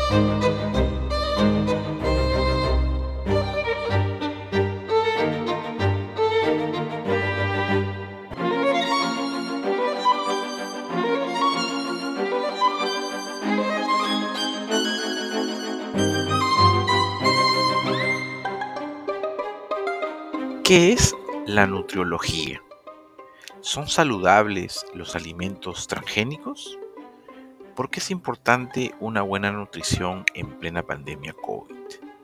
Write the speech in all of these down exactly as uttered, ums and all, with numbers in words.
¿Qué es la nutriología? ¿Son saludables los alimentos transgénicos? ¿Por qué es importante una buena nutrición en plena pandemia COVID?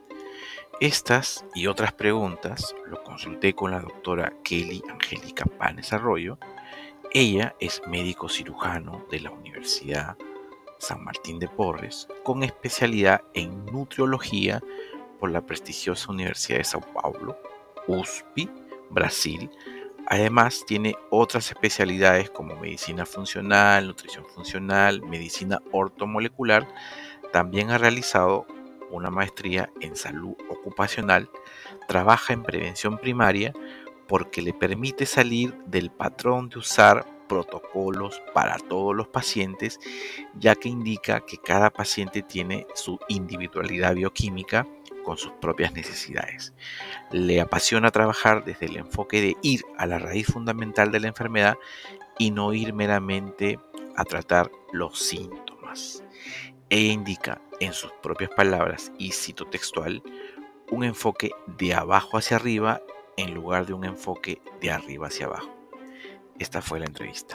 Estas y otras preguntas lo consulté con la doctora Kelly Angélica Páez Arroyo. Ella es médico cirujano de la Universidad San Martín de Porres, con especialidad en nutriología por la prestigiosa Universidad de Sao Paulo, U S P, Brasil. Además, tiene otras especialidades como medicina funcional, nutrición funcional, medicina ortomolecular. También ha realizado una maestría en salud ocupacional. Trabaja en prevención primaria porque le permite salir del patrón de usar protocolos para todos los pacientes, ya que indica que cada paciente tiene su individualidad bioquímica con sus propias necesidades. Le apasiona trabajar desde el enfoque de ir a la raíz fundamental de la enfermedad y no ir meramente a tratar los síntomas. Ella indica en sus propias palabras, y cito textual, un enfoque de abajo hacia arriba en lugar de un enfoque de arriba hacia abajo. Esta fue la entrevista.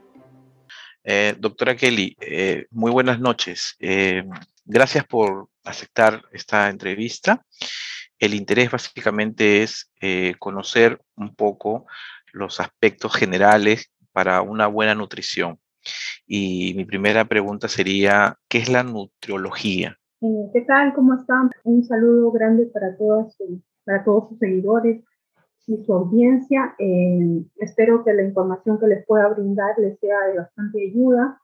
Eh, doctora Kelly, eh, muy buenas noches. Eh, gracias por aceptar esta entrevista. El interés básicamente es eh, conocer un poco los aspectos generales para una buena nutrición. Y mi primera pregunta sería, ¿qué es la nutriología? Eh, ¿Qué tal? ¿Cómo están? Un saludo grande para, todas, para todos sus seguidores y su audiencia. Eh, espero que la información que les pueda brindar les sea de bastante ayuda.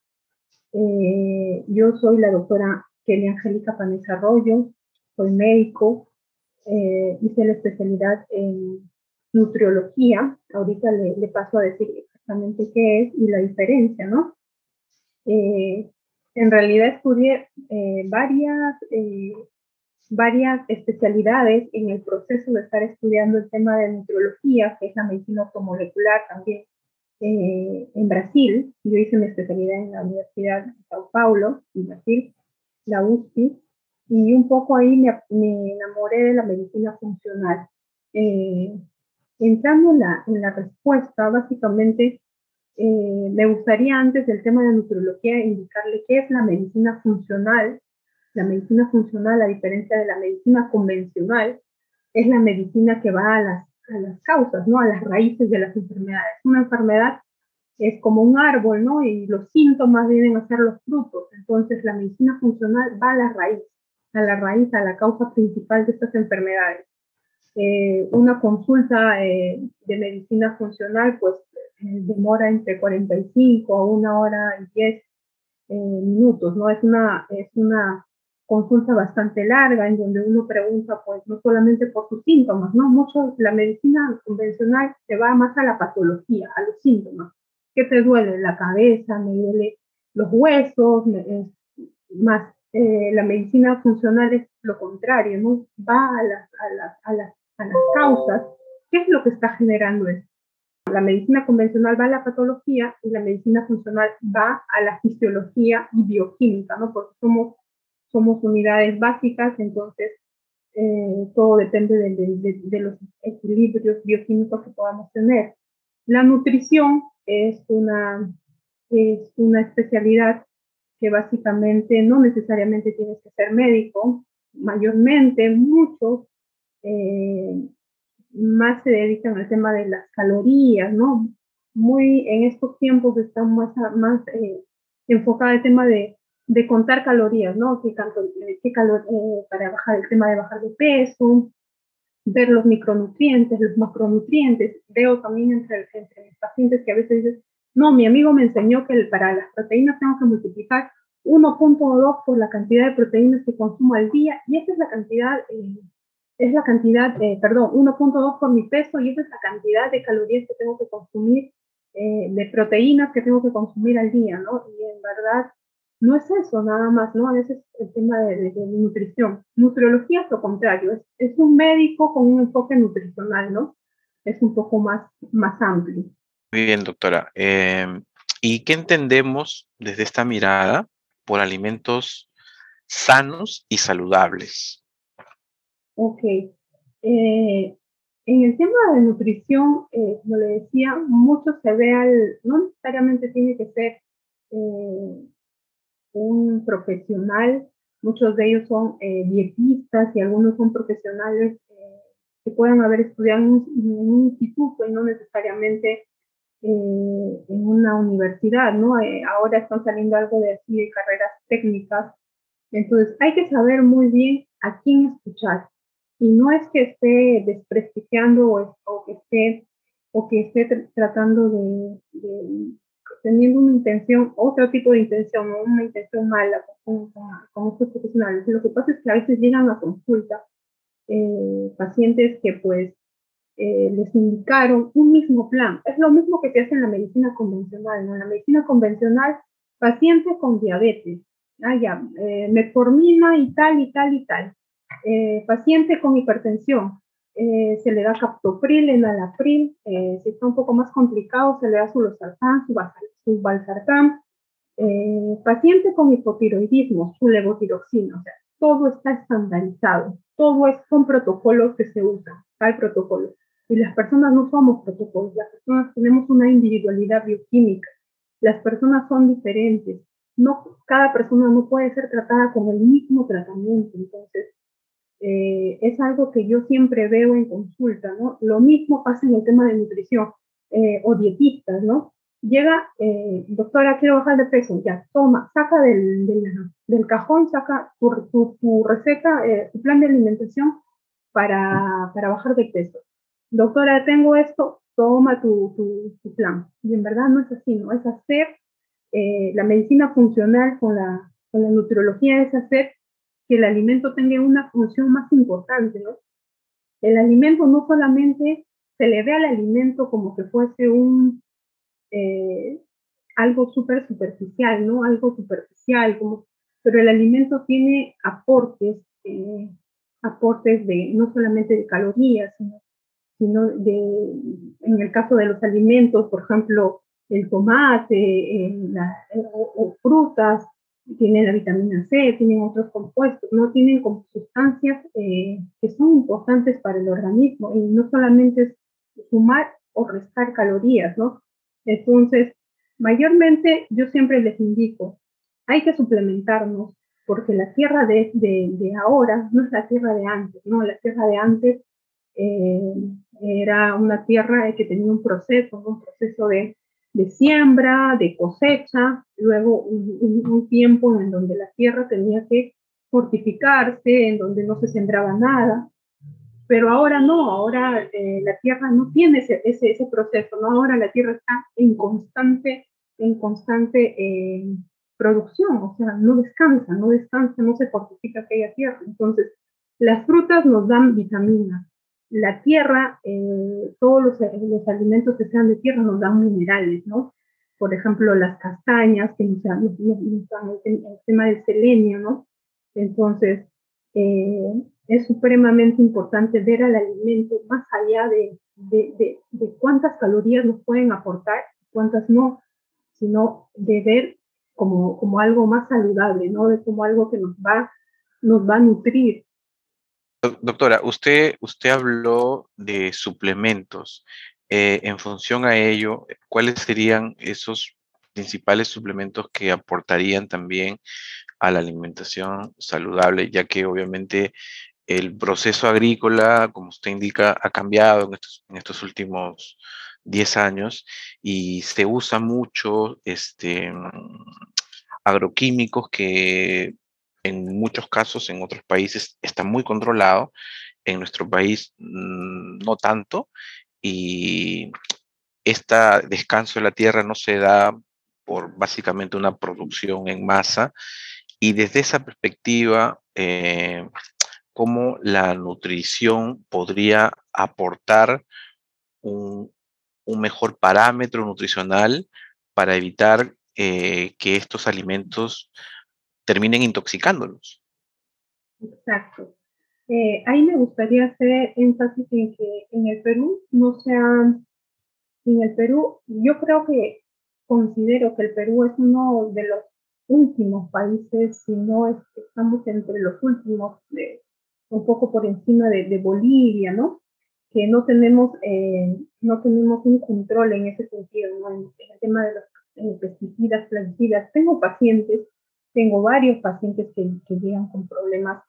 Eh, yo soy la doctora Kelly Angélica Páez Arroyo, soy médico, eh, hice la especialidad en nutriología. Ahorita le, le paso a decir exactamente qué es y la diferencia, ¿no? Eh, en realidad estudié eh, varias, eh, varias especialidades en el proceso de estar estudiando el tema de nutriología, que es la medicina ortomolecular también eh, en Brasil. Yo hice mi especialidad en la Universidad de Sao Paulo, en Brasil, la U S P, y un poco ahí me, me enamoré de la medicina funcional. Eh, entrando en la, en la respuesta, básicamente, eh, me gustaría antes del tema de nutriología indicarle qué es la medicina funcional. La medicina funcional, a diferencia de la medicina convencional, es la medicina que va a las, a las causas, ¿no? A las raíces de las enfermedades. Una enfermedad es como un árbol, ¿no? Y los síntomas vienen a ser los frutos. Entonces, la medicina funcional va a la raíz, a la raíz, a la causa principal de estas enfermedades. Eh, una consulta eh, de medicina funcional, pues, eh, demora entre cuarenta y cinco a una hora y diez eh, minutos, ¿no? Es una, es una consulta bastante larga en donde uno pregunta, pues, no solamente por sus síntomas, ¿no? Mucho, la medicina convencional se va más a la patología, a los síntomas. ¿Qué te duele? La cabeza, me duele los huesos, me, eh, más eh, la medicina funcional es lo contrario, ¿no? Va a las, a las, a las, a las causas. ¿Qué es lo que está generando esto? La medicina convencional va a la patología y la medicina funcional va a la fisiología y bioquímica, ¿no? Porque somos, somos unidades básicas, entonces eh, todo depende de, de, de, de los equilibrios bioquímicos que podamos tener. La nutrición es una, es una especialidad que básicamente no necesariamente tienes que ser médico, mayormente muchos eh, más se dedican al tema de las calorías, ¿no? Muy en estos tiempos están más, más eh, enfocada el tema de, de contar calorías, ¿no? ¿Qué, qué calor, eh, para bajar el tema de bajar de peso, ver los micronutrientes, los macronutrientes. Veo también entre, entre mis pacientes que a veces dicen, no, mi amigo me enseñó que para las proteínas tengo que multiplicar uno punto dos por la cantidad de proteínas que consumo al día, y esa es la cantidad, eh, es la cantidad, eh, perdón, uno punto dos por mi peso, y esa es la cantidad de calorías que tengo que consumir, eh, de proteínas que tengo que consumir al día, ¿no? Y en verdad no es eso nada más, ¿no? A veces el tema de, de, de nutrición. Nutriología es lo contrario, es, es un médico con un enfoque nutricional, ¿no? Es un poco más, más amplio. Muy bien, doctora. Em, ¿y qué entendemos desde esta mirada por alimentos sanos y saludables? Ok. Eh, en el tema de nutrición, eh, como le decía, mucho se ve al, no necesariamente tiene que ser eh, un profesional, muchos de ellos son eh, dietistas y algunos son profesionales eh, que pueden haber estudiado en un, en un instituto y no necesariamente eh, en una universidad, ¿no? Eh, ahora están saliendo algo de así de carreras técnicas. Entonces hay que saber muy bien a quién escuchar. Y no es que esté desprestigiando o, o que esté o que esté tr tratando de, de, teniendo una intención, otro tipo de intención, no una intención mala con, con, con estos profesionales. Lo que pasa es que a veces llegan a consulta eh, pacientes que pues eh, les indicaron un mismo plan. Es lo mismo que se hace en la medicina convencional, ¿no? En la medicina convencional, paciente con diabetes, ah, ya, eh, metformina y tal y tal y tal. Eh, paciente con hipertensión, eh, se le da captopril, enalapril, eh, si está un poco más complicado, se le da su losartán, su, su valsartán. Eh, paciente con hipotiroidismo, su levotiroxina, o sea, todo está estandarizado, todo es con protocolos que se usan, tal protocolo. Y las personas no somos protocolos, las personas tenemos una individualidad bioquímica, las personas son diferentes, no, cada persona no puede ser tratada con el mismo tratamiento, entonces eh, es algo que yo siempre veo en consulta, ¿no? Lo mismo pasa en el tema de nutrición eh, o dietistas, ¿no? Llega, eh, doctora, quiero bajar de peso, ya, toma, saca del, del, del cajón, saca tu, tu, tu receta, eh, tu plan de alimentación para, para bajar de peso. Doctora, tengo esto, toma tu, tu, tu plan. Y en verdad no es así, ¿no? Es hacer eh, la medicina funcional con la, con la nutriología, es hacer que el alimento tenga una función más importante, ¿no? El alimento no solamente se le ve al alimento como que fuese un eh, algo súper superficial, ¿no? Algo superficial, como, pero el alimento tiene aportes, eh, aportes de no solamente de calorías, sino, sino de, en el caso de los alimentos, por ejemplo, el tomate, eh, la, eh, o, o frutas, tienen la vitamina C, tienen otros compuestos, no tienen como sustancias eh, que son importantes para el organismo y no solamente es sumar o restar calorías, ¿no? Entonces, mayormente yo siempre les indico, hay que suplementarnos porque la tierra de, de, de ahora no es la tierra de antes, ¿no? La tierra de antes eh, era una tierra que tenía un proceso, un proceso de, de siembra, de cosecha, luego un, un, un, tiempo en donde la tierra tenía que fortificarse, en donde no se sembraba nada, pero ahora no, ahora eh, la tierra no tiene ese, ese, ese, proceso, ¿no? Ahora la tierra está en constante, en constante eh, producción, o sea, no descansa, no descansa, no se fortifica aquella tierra. Entonces, las frutas nos dan vitaminas, la tierra, eh, todos los, los alimentos que sean de tierra nos dan minerales, ¿no? Por ejemplo, las castañas, que nos dan, nos, nos dan el, el, tema del selenio, ¿no? Entonces, eh, es supremamente importante ver al alimento más allá de, de, de, de cuántas calorías nos pueden aportar, cuántas no, sino de ver como, como algo más saludable, ¿no? De como algo que nos va, nos va a nutrir. Doctora, usted, usted habló de suplementos. Eh, en función a ello, ¿cuáles serían esos principales suplementos que aportarían también a la alimentación saludable? Ya que obviamente el proceso agrícola, como usted indica, ha cambiado en estos, en estos últimos diez años y se usa mucho este, agroquímicos que en muchos casos en otros países está muy controlado, en nuestro país mmm, no tanto, y este descanso de la tierra no se da por básicamente una producción en masa, y desde esa perspectiva, eh, ¿cómo la nutrición podría aportar un, un mejor parámetro nutricional para evitar eh, que estos alimentos terminen intoxicándolos. Exacto. Eh, ahí me gustaría hacer énfasis en que en el Perú no se han, en el Perú, yo creo que considero que el Perú es uno de los últimos países, si no es que estamos entre los últimos, de, un poco por encima de, de Bolivia, ¿no? Que no tenemos, eh, no tenemos un control en ese sentido, ¿no? En, en el tema de los eh, pesticidas, plaguicidas. Tengo pacientes, tengo varios pacientes que, que llegan con problemas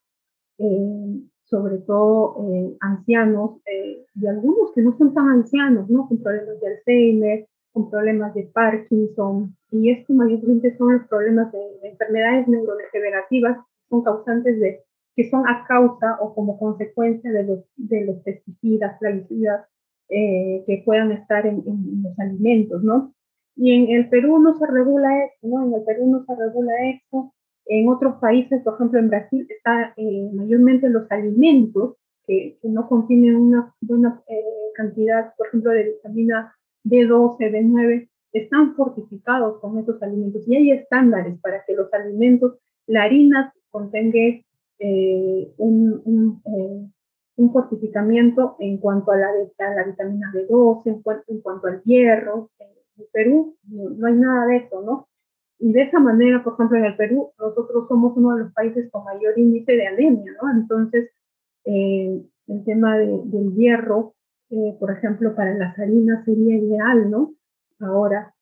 eh, sobre todo eh, ancianos, eh, y algunos que no son tan ancianos, ¿no? Con problemas de Alzheimer, con problemas de Parkinson, y esto mayormente son los problemas de, de enfermedades neurodegenerativas, son causantes de, que son a causa o como consecuencia de los, de los pesticidas, plaguicidas, eh, que puedan estar en, en los alimentos, ¿no? Y en el Perú no se regula esto, ¿no? En el Perú no se regula esto. En otros países, por ejemplo en Brasil, está eh, mayormente los alimentos que, que, no contienen una buena eh, cantidad, por ejemplo, de vitamina B doce, B nueve, están fortificados con esos alimentos. Y hay estándares para que los alimentos, la harina contenga eh, un, un, eh, un fortificamiento en cuanto a la, a la vitamina B doce, en, cuanto, en cuanto al hierro. En Perú no, no hay nada de eso, ¿no? Y de esa manera, por ejemplo, en el Perú, nosotros somos uno de los países con mayor índice de anemia, ¿no? Entonces, eh, el tema de, del hierro, eh, por ejemplo, para las harinas sería ideal, ¿no? Ahora,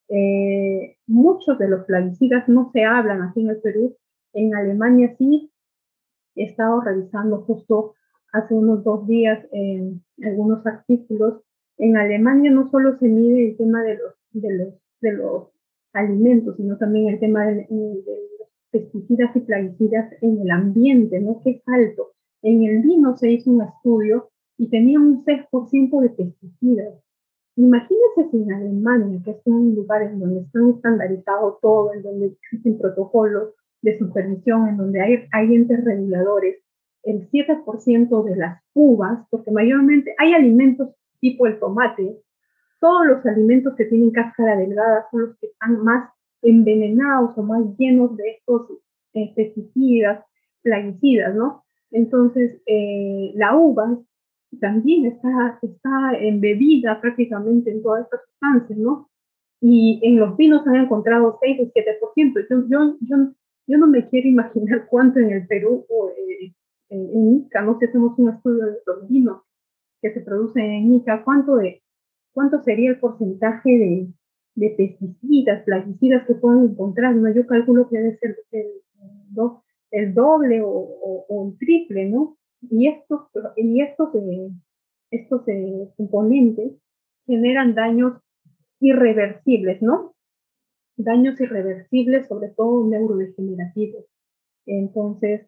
eh, muchos de los plaguicidas no se hablan aquí en el Perú. En Alemania sí. He estado revisando justo hace unos dos días eh, algunos artículos. En Alemania no solo se mide el tema de los, de los, de los alimentos, sino también el tema de, de los pesticidas y plaguicidas en el ambiente, ¿no? Que es alto. En el vino se hizo un estudio y tenía un seis por ciento de pesticidas. Imagínense si en Alemania, que es un lugar en donde está estandarizado todo, en donde existen protocolos de supervisión, en donde hay, hay entes reguladores, el siete por ciento de las uvas, porque mayormente hay alimentos tipo el tomate, todos los alimentos que tienen cáscara delgada son los que están más envenenados o más llenos de estos eh, pesticidas, plaguicidas, ¿no? Entonces, eh, la uva también está, está embebida prácticamente en todas estas sustancias, ¿no? Y en los vinos han encontrado seis o siete por ciento. Yo, yo, yo, yo no me quiero imaginar cuánto en el Perú o eh, en Ica, no sé, hacemos un estudio de los vinos que se producen en Ica, cuánto, de, cuánto sería el porcentaje de, de pesticidas, plaguicidas que pueden encontrar, ¿no? Yo calculo que debe ser el, el, el doble o, o, o el triple, ¿no? Y estos, y estos, eh, estos eh, componentes generan daños irreversibles, ¿no? Daños irreversibles, sobre todo neurodegenerativos. Entonces,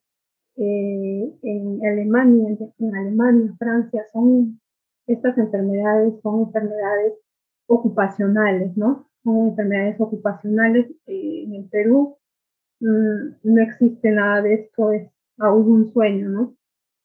eh, en Alemania, en Alemania, Francia, son estas enfermedades, son enfermedades ocupacionales, ¿no? Son enfermedades ocupacionales. Eh, en el Perú mmm, no existe nada de esto, es aún un sueño, ¿no?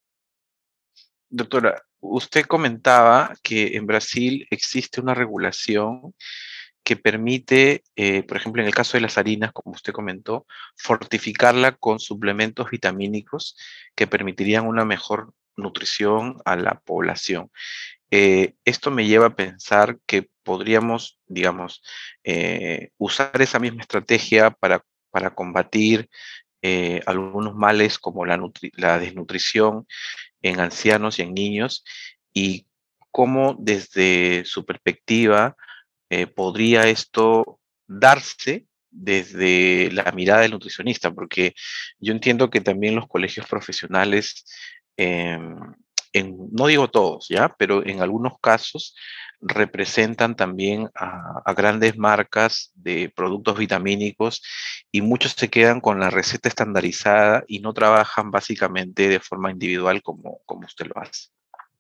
Doctora, usted comentaba que en Brasil existe una regulación que permite, eh, por ejemplo, en el caso de las harinas, como usted comentó, fortificarla con suplementos vitamínicos que permitirían una mejor nutrición a la población. Eh, esto me lleva a pensar que podríamos, digamos, eh, usar esa misma estrategia para, para combatir eh, algunos males como la, nutri- la desnutrición en ancianos y en niños, y cómo desde su perspectiva eh, podría esto darse desde la mirada del nutricionista, porque yo entiendo que también los colegios profesionales, eh, en, no digo todos, ¿ya? Pero en algunos casos representan también a, a grandes marcas de productos vitamínicos y muchos se quedan con la receta estandarizada y no trabajan básicamente de forma individual como, como usted lo hace.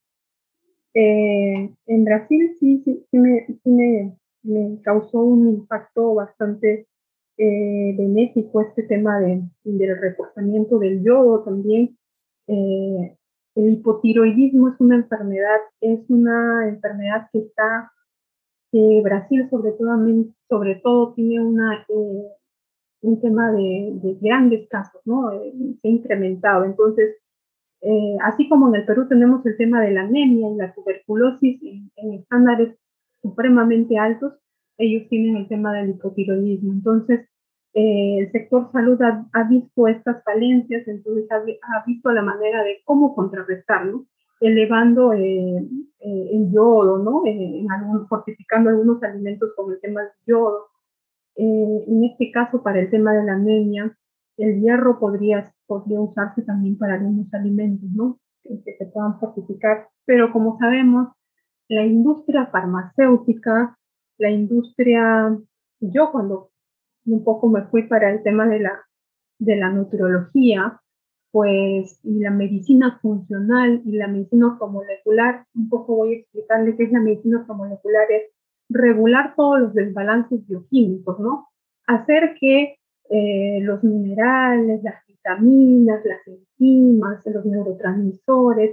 Eh, en Brasil sí, sí, sí, me, sí me, me causó un impacto bastante eh, benéfico este tema de, del reforzamiento del yodo también. Eh, el hipotiroidismo es una enfermedad, es una enfermedad que está que Brasil sobre todo, sobre todo tiene una, eh, un tema de, de grandes casos, ¿no? Eh, se ha incrementado. Entonces, eh, así como en el Perú tenemos el tema de la anemia y la tuberculosis en, en estándares supremamente altos, ellos tienen el tema del hipotiroidismo. Entonces, eh, el sector salud ha, ha, visto estas falencias, entonces ha, ha, visto la manera de cómo contrarrestarlo, elevando eh, eh, el yodo, ¿no? Eh, en algún, fortificando algunos alimentos con el tema del yodo. Eh, en este caso, para el tema de la anemia, el hierro podría, podría usarse también para algunos alimentos, ¿no? Que, que se puedan fortificar. Pero como sabemos, la industria farmacéutica, la industria, yo cuando un poco me fui para el tema de la, de la nutriología, pues, y la medicina funcional y la medicina ortomolecular, un poco voy a explicarle qué es la medicina ortomolecular, es regular todos los desbalances bioquímicos, ¿no? Hacer que eh, los minerales, las vitaminas, las enzimas, los neurotransmisores,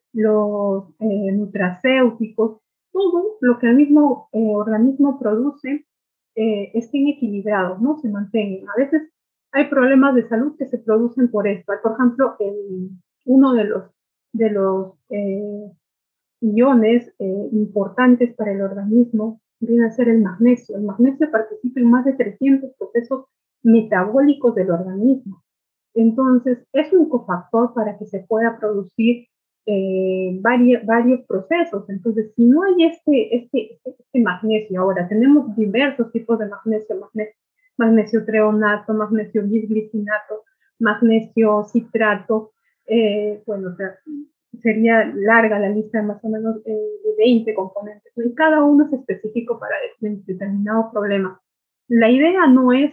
los eh, nutracéuticos, todo lo que el mismo eh, organismo produce eh, estén equilibrados, ¿no? Se mantengan. A veces hay problemas de salud que se producen por esto. Por ejemplo, el, uno de los, de los eh, iones eh, importantes para el organismo viene a ser el magnesio. El magnesio participa en más de trescientos procesos metabólicos del organismo. Entonces, es un cofactor para que se pueda producir eh, varios, varios procesos. Entonces, si no hay este, este, este, este magnesio, ahora tenemos diversos tipos de magnesio, magnesio, magnesio treonato, magnesio bisglicinato, magnesio citrato, eh, bueno, o sea, sería larga la lista, más o menos eh, de veinte componentes, y cada uno es específico para determinado problema. La idea no es,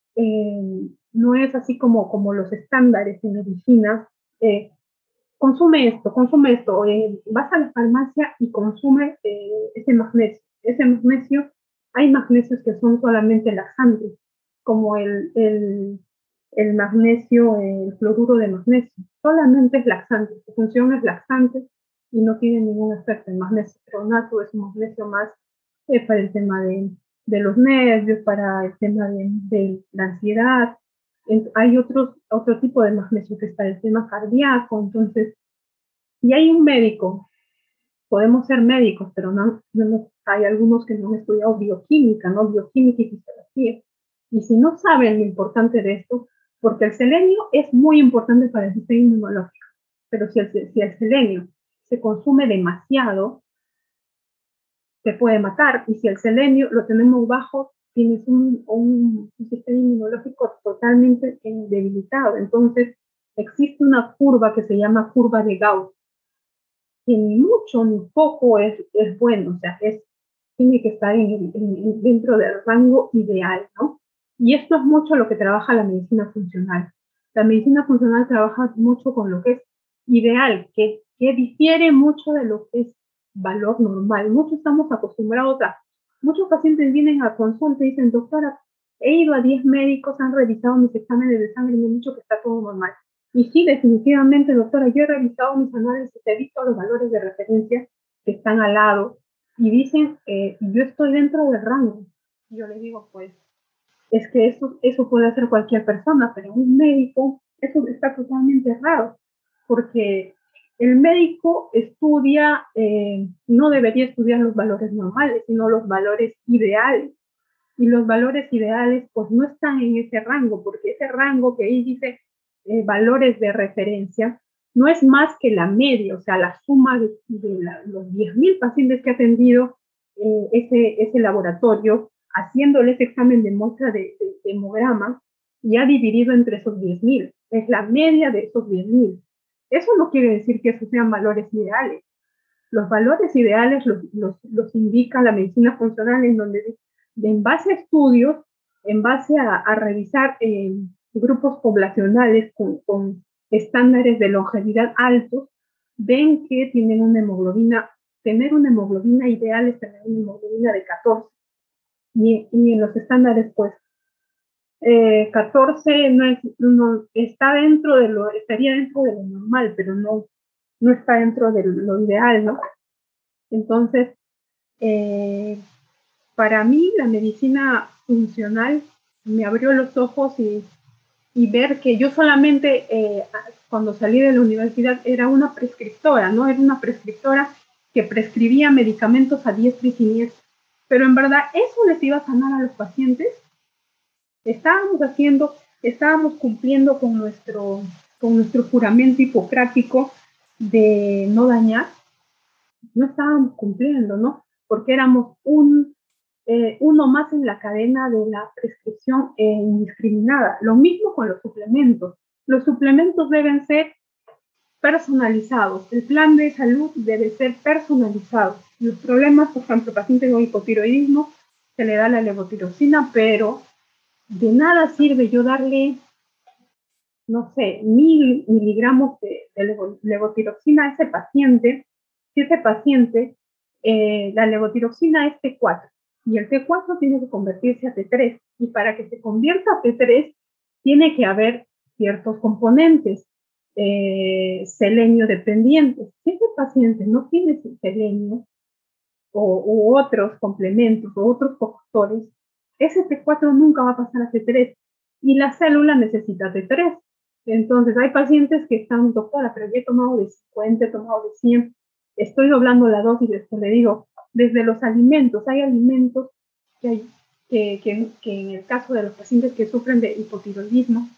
eh, no es así como, como los estándares en medicina, eh, consume esto, consume esto, eh, vas a la farmacia y consume eh, ese magnesio. Ese magnesio, hay magnesios que son solamente laxantes, como el, el, el magnesio, el fluoruro de magnesio, solamente es laxante, su función es laxante y no tiene ningún efecto. El magnesio treonato es un magnesio más eh, para el tema de, de los nervios, para el tema de, de la ansiedad. Hay otros, otro tipo de magnesio que está el tema cardíaco. Entonces, si hay un médico, podemos ser médicos, pero no, no, hay algunos que no han estudiado bioquímica, ¿no? Bioquímica y fisiología. Y si no saben lo importante de esto, porque el selenio es muy importante para el sistema inmunológico, pero si el, si el selenio se consume demasiado, se puede matar. Y si el selenio lo tenemos bajo, tienes un, un, un sistema inmunológico totalmente debilitado. Entonces, existe una curva que se llama curva de Gauss, que ni mucho ni poco es, es bueno, o sea, es, tiene que estar en, en, dentro del rango ideal, ¿no? Y esto es mucho lo que trabaja la medicina funcional. La medicina funcional trabaja mucho con lo que es ideal, que, que difiere mucho de lo que es valor normal. Muchos estamos acostumbrados a, muchos pacientes vienen a consulta y dicen, doctora, he ido a diez médicos, han revisado mis exámenes de sangre y me han dicho que está todo normal. Y sí, definitivamente, doctora, yo he revisado mis análisis, he visto los valores de referencia que están al lado y dicen, eh, yo estoy dentro del rango. Yo les digo, pues, es que eso, eso puede hacer cualquier persona, pero un médico, eso está totalmente errado, porque el médico estudia, eh, no debería estudiar los valores normales, sino los valores ideales. Y los valores ideales, pues, no están en ese rango, porque ese rango que ahí dice eh, valores de referencia, no es más que la media, o sea, la suma de, de la, los diez mil pacientes que ha atendido eh, ese, ese laboratorio, haciéndole ese examen de muestra de, de, de hemograma, y ha dividido entre esos diez mil. Es la media de esos diez mil. Eso no quiere decir que esos sean valores ideales. Los valores ideales los, los, los indica la medicina funcional, en donde en base a estudios, en base a, a revisar eh, grupos poblacionales con, con estándares de longevidad altos, ven que tienen una hemoglobina, tener una hemoglobina ideal es tener una hemoglobina de catorce. Y, y en los estándares, pues, eh, catorce no es, no, está dentro de lo, estaría dentro de lo normal, pero no, no está dentro de lo ideal, ¿no? Entonces, eh, para mí la medicina funcional me abrió los ojos y, y ver que yo solamente eh, cuando salí de la universidad era una prescriptora, ¿no? Era una prescriptora que prescribía medicamentos a diestra y siniestra. Pero en verdad, ¿eso les iba a sanar a los pacientes? Estábamos haciendo, estábamos cumpliendo con nuestro, con nuestro juramento hipocrático de no dañar. No estábamos cumpliendo, ¿no? Porque éramos un, eh, uno más en la cadena de la prescripción eh, indiscriminada. Lo mismo con los suplementos. Los suplementos deben ser personalizados. El plan de salud debe ser personalizado. Los problemas, por ejemplo, pacientes con hipotiroidismo, se le da la levotiroxina, pero de nada sirve yo darle, no sé, mil miligramos de, de levotiroxina a ese paciente, si ese paciente, eh, la levotiroxina es T cuatro, y el T cuatro tiene que convertirse a T tres, y para que se convierta a T tres, tiene que haber ciertos componentes, eh, selenio dependientes. Si ese paciente no tiene selenio, o u otros complementos, o otros cofactores, ese T cuatro nunca va a pasar a T tres, y la célula necesita T tres. Entonces, hay pacientes que están, doctora, pero yo he tomado de cincuenta, he tomado de cien, estoy doblando la dosis, después le digo, desde los alimentos, hay alimentos que, hay, que, que, que en el caso de los pacientes que sufren de hipotiroidismo,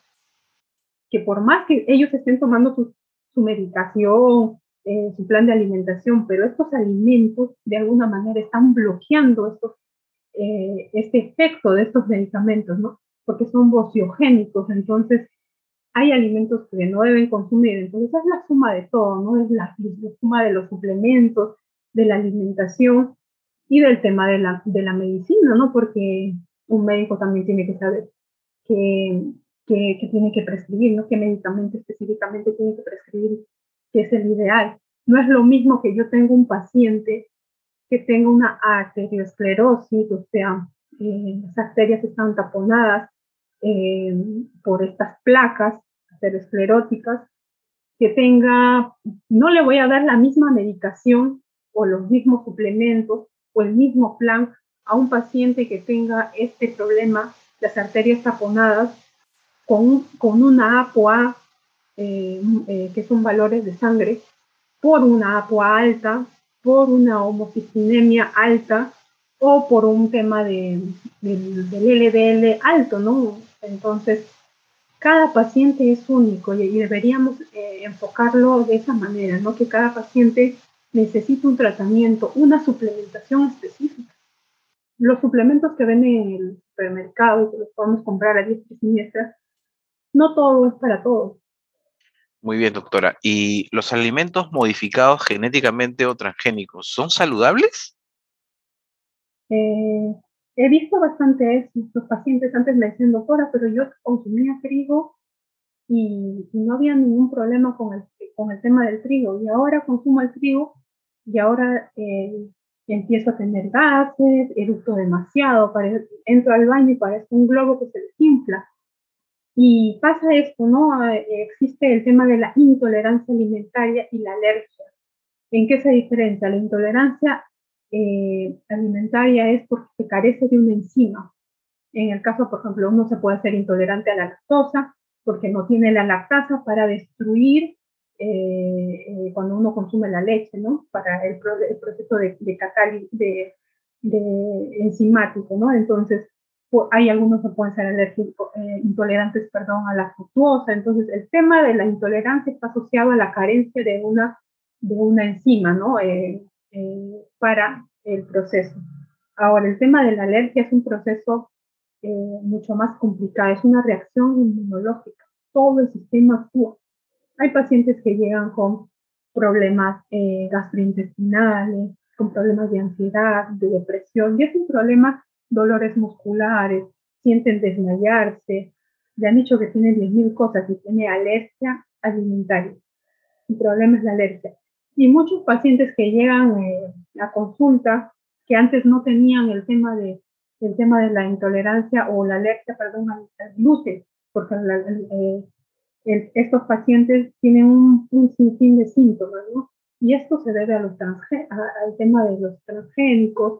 que por más que ellos estén tomando su, su medicación, eh, su plan de alimentación, pero estos alimentos de alguna manera están bloqueando estos, eh, este efecto de estos medicamentos, ¿no? Porque son bociogénicos, entonces hay alimentos que no deben consumir, entonces es la suma de todo, ¿no? Es la, la suma de los suplementos, de la alimentación y del tema de la, de la medicina, ¿no? Porque un médico también tiene que saber que, que, que tiene que prescribir, ¿no? Qué medicamento específicamente tiene que prescribir, que es el ideal. No es lo mismo que yo tenga un paciente que tenga una arteriosclerosis, o sea, eh, las arterias están taponadas eh, por estas placas arterioscleróticas, que tenga, no le voy a dar la misma medicación o los mismos suplementos o el mismo plan a un paciente que tenga este problema, las arterias taponadas, con, con una A P O A, eh, eh, que son valores de sangre, por una A P O A alta, por una homocistinemia alta o por un tema de, de, del L D L alto, ¿no? Entonces, cada paciente es único y, y deberíamos eh, enfocarlo de esa manera, ¿no? Que cada paciente necesita un tratamiento, una suplementación específica. Los suplementos que venden en el supermercado y que los podemos comprar a diestra y siniestra, no todo es para todos. Muy bien, doctora. ¿Y los alimentos modificados genéticamente o transgénicos son saludables? Eh, he visto bastante eso. Los pacientes antes me decían, doctora, pero yo consumía trigo y, y no había ningún problema con el, con el tema del trigo. Y ahora consumo el trigo y ahora eh, empiezo a tener gases, eructo demasiado, parece, entro al baño y parece un globo que se desinfla. Y pasa esto, ¿no? Eh, existe el tema de la intolerancia alimentaria y la alergia. ¿En qué se diferencia? La intolerancia eh, alimentaria es porque se carece de una enzima. En el caso, por ejemplo, uno se puede ser intolerante a la lactosa porque no tiene la lactasa para destruir eh, eh, cuando uno consume la leche, ¿no? Para el, pro el proceso de, de, catálisis, de, de enzimático, ¿no? Entonces, hay algunos que pueden ser alérgicos, eh, intolerantes, perdón, a la fructuosa. Entonces, el tema de la intolerancia está asociado a la carencia de una, de una enzima, ¿no? Eh, eh, para el proceso. Ahora, el tema de la alergia es un proceso eh, mucho más complicado, es una reacción inmunológica. Todo el sistema actúa. Hay pacientes que llegan con problemas eh, gastrointestinales, con problemas de ansiedad, de depresión, y es un problema, dolores musculares, sienten desmayarse, le han dicho que tiene diez mil cosas y tiene alergia alimentaria. El problema es la alergia. Y muchos pacientes que llegan eh, a consulta, que antes no tenían el tema de, el tema de la intolerancia o la alergia, perdón, al gluten, porque la, eh, el, estos pacientes tienen un, un sinfín de síntomas, ¿no? Y esto se debe a los transgé- a, al tema de los transgénicos,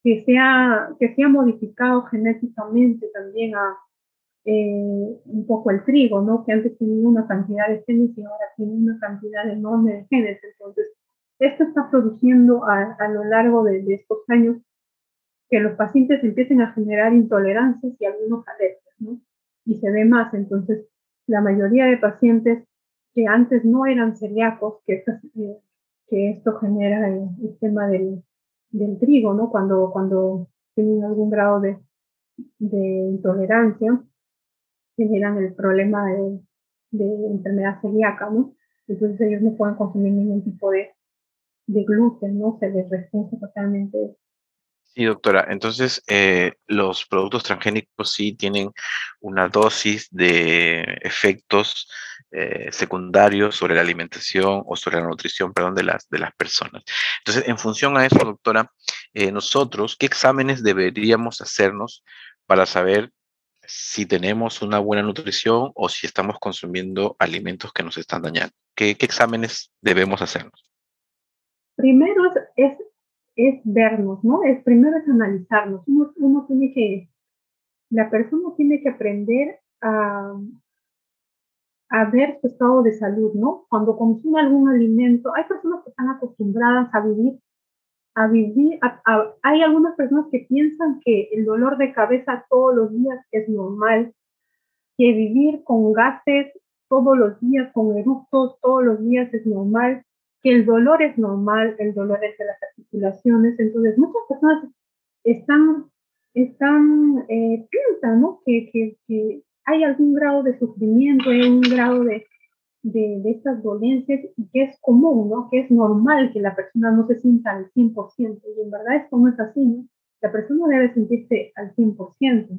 que se ha, que se ha modificado genéticamente también a eh, un poco el trigo, ¿no? Que antes tenía una cantidad de genes y ahora tiene una cantidad enorme de genes. Entonces, esto está produciendo a, a lo largo de, de estos años que los pacientes empiecen a generar intolerancias y algunos alergias, ¿no? Y se ve más. Entonces, la mayoría de pacientes que antes no eran celíacos, que, estas, eh, que esto genera el, el tema del, del trigo, ¿no? Cuando, cuando tienen algún grado de, de intolerancia, generan el problema de, de enfermedad celíaca, ¿no? Entonces ellos no pueden consumir ningún tipo de, de gluten, ¿no? Se les restringe totalmente. Sí, doctora. Entonces, eh, los productos transgénicos sí tienen una dosis de efectos eh, secundarios sobre la alimentación o sobre la nutrición, perdón, de las, de las personas. Entonces, en función a eso, doctora, eh, nosotros, ¿qué exámenes deberíamos hacernos para saber si tenemos una buena nutrición o si estamos consumiendo alimentos que nos están dañando? ¿Qué, qué exámenes debemos hacernos? Primero es, es, es vernos, ¿no? Es, primero es analizarnos. Uno, uno tiene que, la persona tiene que aprender a, a ver su estado de salud, ¿no? Cuando consume algún alimento, hay personas que están acostumbradas a vivir, a vivir, a, a, hay algunas personas que piensan que el dolor de cabeza todos los días es normal, que vivir con gases todos los días, con eructos todos los días es normal, que el dolor es normal, el dolor es de las articulaciones. Entonces, muchas personas están, están eh, piensan, ¿no? Que, que, que hay algún grado de sufrimiento, hay un grado de, de, de estas dolencias y que es común, ¿no? Que es normal que la persona no se sienta al cien por ciento. Y en verdad esto no es así, ¿no? La persona debe sentirse al cien por ciento.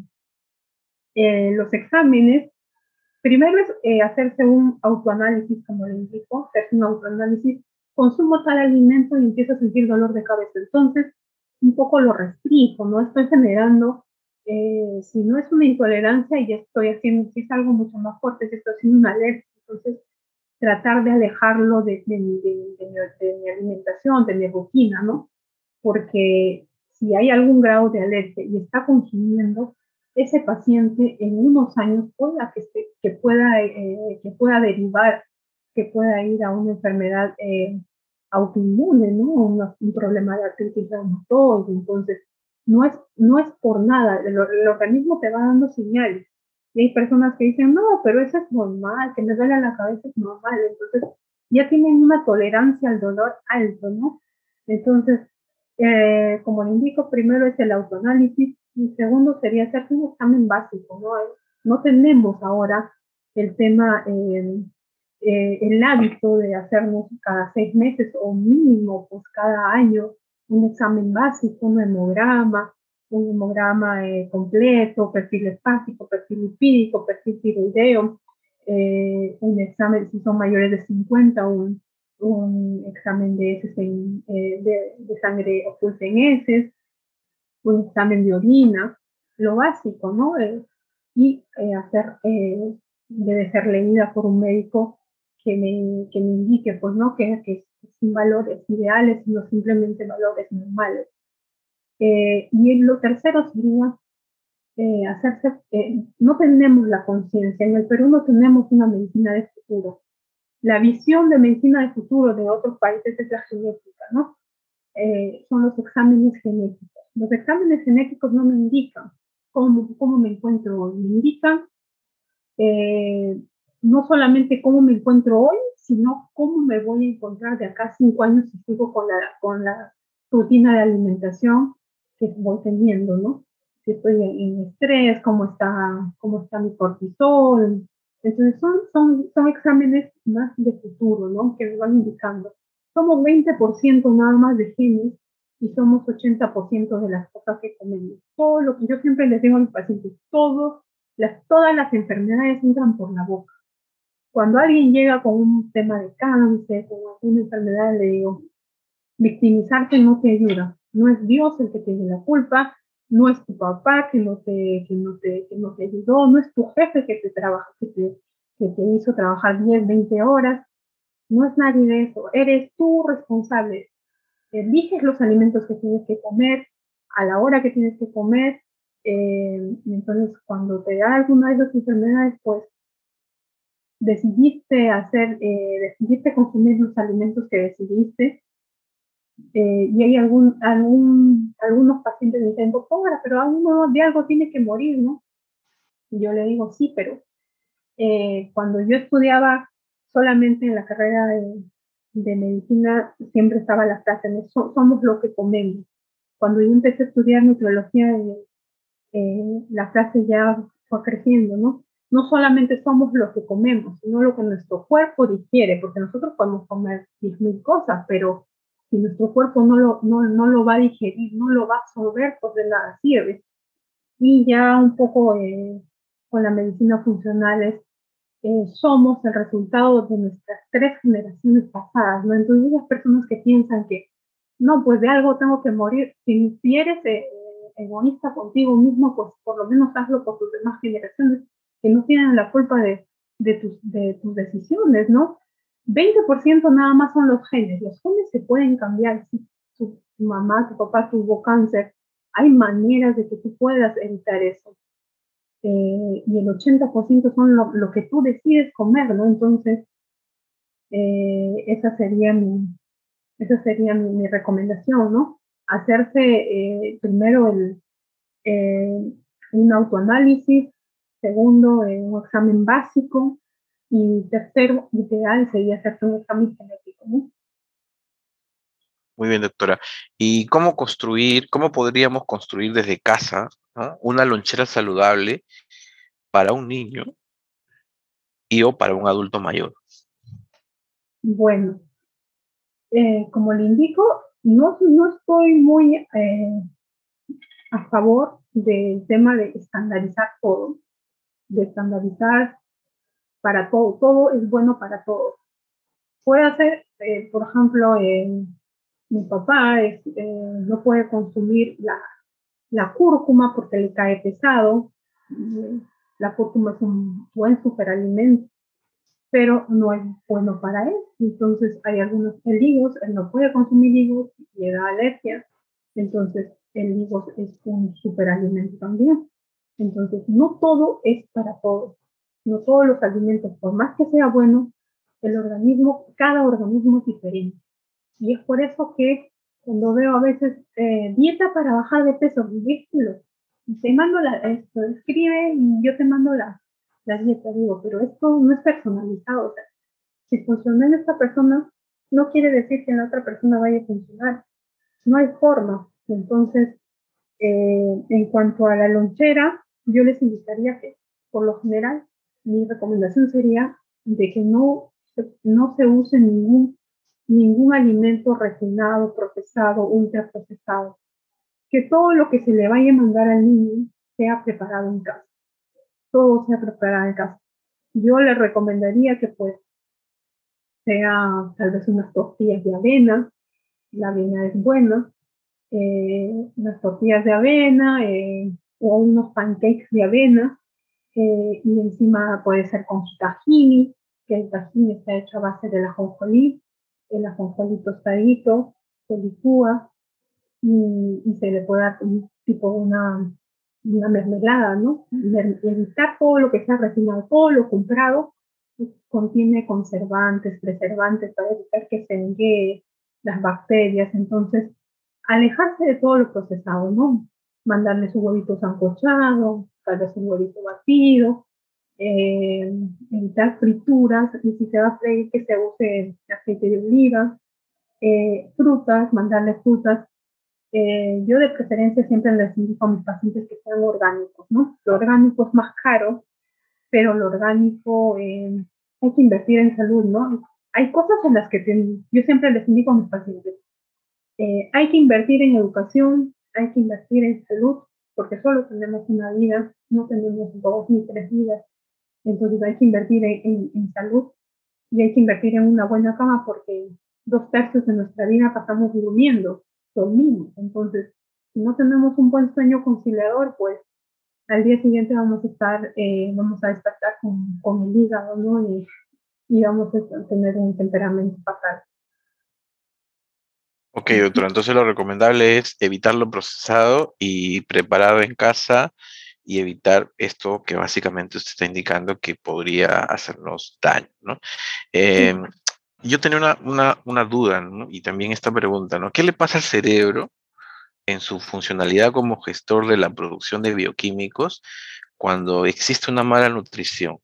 Eh, los exámenes, primero es eh, hacerse un autoanálisis, como le indico, hacerse un autoanálisis, consumo tal alimento y empiezo a sentir dolor de cabeza. Entonces, un poco lo restringo, ¿no? Estoy generando, eh, si no es una intolerancia, ya estoy haciendo, si es algo mucho más fuerte, si estoy haciendo una alergia. Entonces, tratar de alejarlo de, de, de, de, de mi alimentación, de mi rutina, ¿no? Porque si hay algún grado de alergia y está consumiendo, ese paciente en unos años pueda que, se, que, pueda, eh, que pueda derivar, que pueda ir a una enfermedad eh, autoinmune, ¿no? Un, un problema de artritis reumatoide. Entonces, no es, no es por nada, el, el organismo te va dando señales. Y hay personas que dicen, no, pero eso es normal, que me duele la cabeza es normal. Entonces, ya tienen una tolerancia al dolor alto, ¿no? Entonces, eh, como le indico, primero es el autoanálisis y segundo sería hacerse un examen básico, ¿no? No tenemos ahora el tema, eh, eh, el hábito de hacernos cada seis meses o mínimo, pues cada año, un examen básico, un hemograma, un hemograma eh, completo, perfil hepático, perfil lipídico, perfil tiroideo, eh, un examen si son mayores de cincuenta, un, un examen de, heces en, eh, de, de sangre oculta en heces, un examen de orina, lo básico, ¿no? Eh, y eh, hacer, eh, debe ser leída por un médico que me, que me indique, pues, ¿no? Que, que son valores ideales y no simplemente valores normales. Eh, y lo tercero sería eh, hacerse, eh, no tenemos la conciencia, en el Perú no tenemos una medicina de futuro. La visión de medicina de futuro de otros países es la genética, ¿no? Eh, son los exámenes genéticos. Los exámenes genéticos no me indican cómo, cómo me encuentro hoy, me indican eh, no solamente cómo me encuentro hoy, sino cómo me voy a encontrar de acá a cinco años si sigo con la, con la rutina de alimentación que voy teniendo, ¿no? Si estoy en, en estrés, cómo está, cómo está mi cortisol. Entonces son, son, son exámenes más de futuro, ¿no? Que me van indicando. Somos veinte por ciento nada más de genes y somos ochenta por ciento de las cosas que comemos. Todo lo que yo siempre les digo a mis pacientes, todo las, todas las enfermedades entran por la boca. Cuando alguien llega con un tema de cáncer, con alguna enfermedad, le digo, victimizarte no te ayuda. No es Dios el que tiene la culpa, no es tu papá que no te, que no te, que no te ayudó, no es tu jefe que te, trabaja, que te, que te hizo trabajar diez, veinte horas, no es nadie de eso. Eres tú responsable. Eliges los alimentos que tienes que comer, a la hora que tienes que comer. Eh, entonces, cuando te da alguna de esas enfermedades, pues decidiste hacer, eh, decidiste consumir los alimentos que decidiste. Eh, y hay algún, algún, algunos pacientes que dicen, doctora, pero a uno de algo tiene que morir, ¿no? Y yo le digo, sí, pero eh, cuando yo estudiaba solamente en la carrera de, de medicina, siempre estaba la frase, ¿no? So, somos lo que comemos. Cuando yo empecé a estudiar nutriología, eh, eh, la frase ya fue creciendo, ¿no? No solamente somos lo que comemos, sino lo que nuestro cuerpo digiere, porque nosotros podemos comer diez mil cosas, pero si nuestro cuerpo no lo, no, no lo va a digerir, no lo va a absorber, pues de nada sirve. Y ya un poco eh, con la medicina funcional es, eh, somos el resultado de nuestras tres generaciones pasadas, ¿no? Entonces las personas que piensan que, no, pues de algo tengo que morir, si, si eres eh, egoísta contigo mismo, pues por lo menos hazlo por tus demás generaciones que no tienen la culpa de, de, tus, de tus decisiones, ¿no? veinte por ciento nada más son los genes, los genes se pueden cambiar, si tu, tu mamá, tu papá tuvo cáncer, hay maneras de que tú puedas evitar eso. Eh, y el ochenta por ciento son lo, lo, que tú decides comer, ¿no? Entonces, eh, esa sería mi, esa sería mi, mi recomendación, ¿no? Hacerse eh, primero el, eh, un autoanálisis, segundo, eh, un examen básico, y tercero, ideal sería hacerse un examen genético, ¿no? Muy bien, doctora. ¿Y cómo construir, cómo podríamos construir desde casa, ¿no?, una lonchera saludable para un niño y o para un adulto mayor? Bueno, eh, como le indico, no, no estoy muy eh, a favor del tema de estandarizar todo, de estandarizar para todo, todo es bueno para todos. Puede hacer, eh, por ejemplo, eh, mi papá es, eh, no puede consumir la, la cúrcuma porque le cae pesado. La cúrcuma es un buen superalimento, pero no es bueno para él. Entonces hay algunos, el higos, él no puede consumir higos, le da alergia. Entonces el higos es un superalimento también. Entonces no todo es para todos. No todos los alimentos, por más que sea bueno, el organismo, cada organismo es diferente. Y es por eso que cuando veo a veces eh, dieta para bajar de peso, diez kilos, y te mando la, esto, escribe y yo te mando la, la dieta, digo, pero esto no es personalizado. O sea, si funciona en esta persona, no quiere decir que en la otra persona vaya a funcionar. No hay forma. Entonces, eh, en cuanto a la lonchera, yo les invitaría que, por lo general, mi recomendación sería de que no, no se use ningún, ningún alimento refinado, procesado, ultraprocesado. Que todo lo que se le vaya a mandar al niño sea preparado en casa. Todo sea preparado en casa. Yo les recomendaría que pues sea tal vez unas tortillas de avena. La avena es buena. Eh, unas tortillas de avena eh, o unos pancakes de avena, eh, y encima puede ser con tahini, que el tahini está hecho a base del ajonjolí, el ajonjolí tostadito, se licúa y, y se le puede dar un, tipo una, una mermelada, ¿no? Evitar todo lo que sea refinado, todo lo comprado contiene conservantes, preservantes para evitar que se enguee las bacterias. Entonces, alejarse de todo lo procesado, ¿no? Mandarle su huevito sancochado, tal vez un huevito batido, eh, evitar frituras, y si se va a freír que se use aceite de oliva, eh, frutas, mandarle frutas. Eh, yo de preferencia siempre les indico a mis pacientes que sean orgánicos, ¿no? Lo orgánico es más caro, pero lo orgánico eh, hay que invertir en salud, ¿no? Hay cosas en las que te, yo siempre les indico a mis pacientes, eh, hay que invertir en educación, hay que invertir en salud, porque solo tenemos una vida, no tenemos dos ni tres vidas. Entonces hay que invertir en, en, en salud y hay que invertir en una buena cama porque dos tercios de nuestra vida pasamos durmiendo, dormimos. Entonces, si no tenemos un buen sueño conciliador, pues al día siguiente vamos a estar, eh, vamos a despertar con, con el hígado, ¿no? Y, y vamos a tener un temperamento fatal. Ok, doctora, entonces lo recomendable es evitar lo procesado y preparar en casa y evitar esto que básicamente usted está indicando que podría hacernos daño, ¿no? Sí. Em, yo tenía una, una, una duda, ¿no? Y también esta pregunta, ¿no? ¿Qué le pasa al cerebro en su funcionalidad como gestor de la producción de bioquímicos cuando existe una mala nutrición?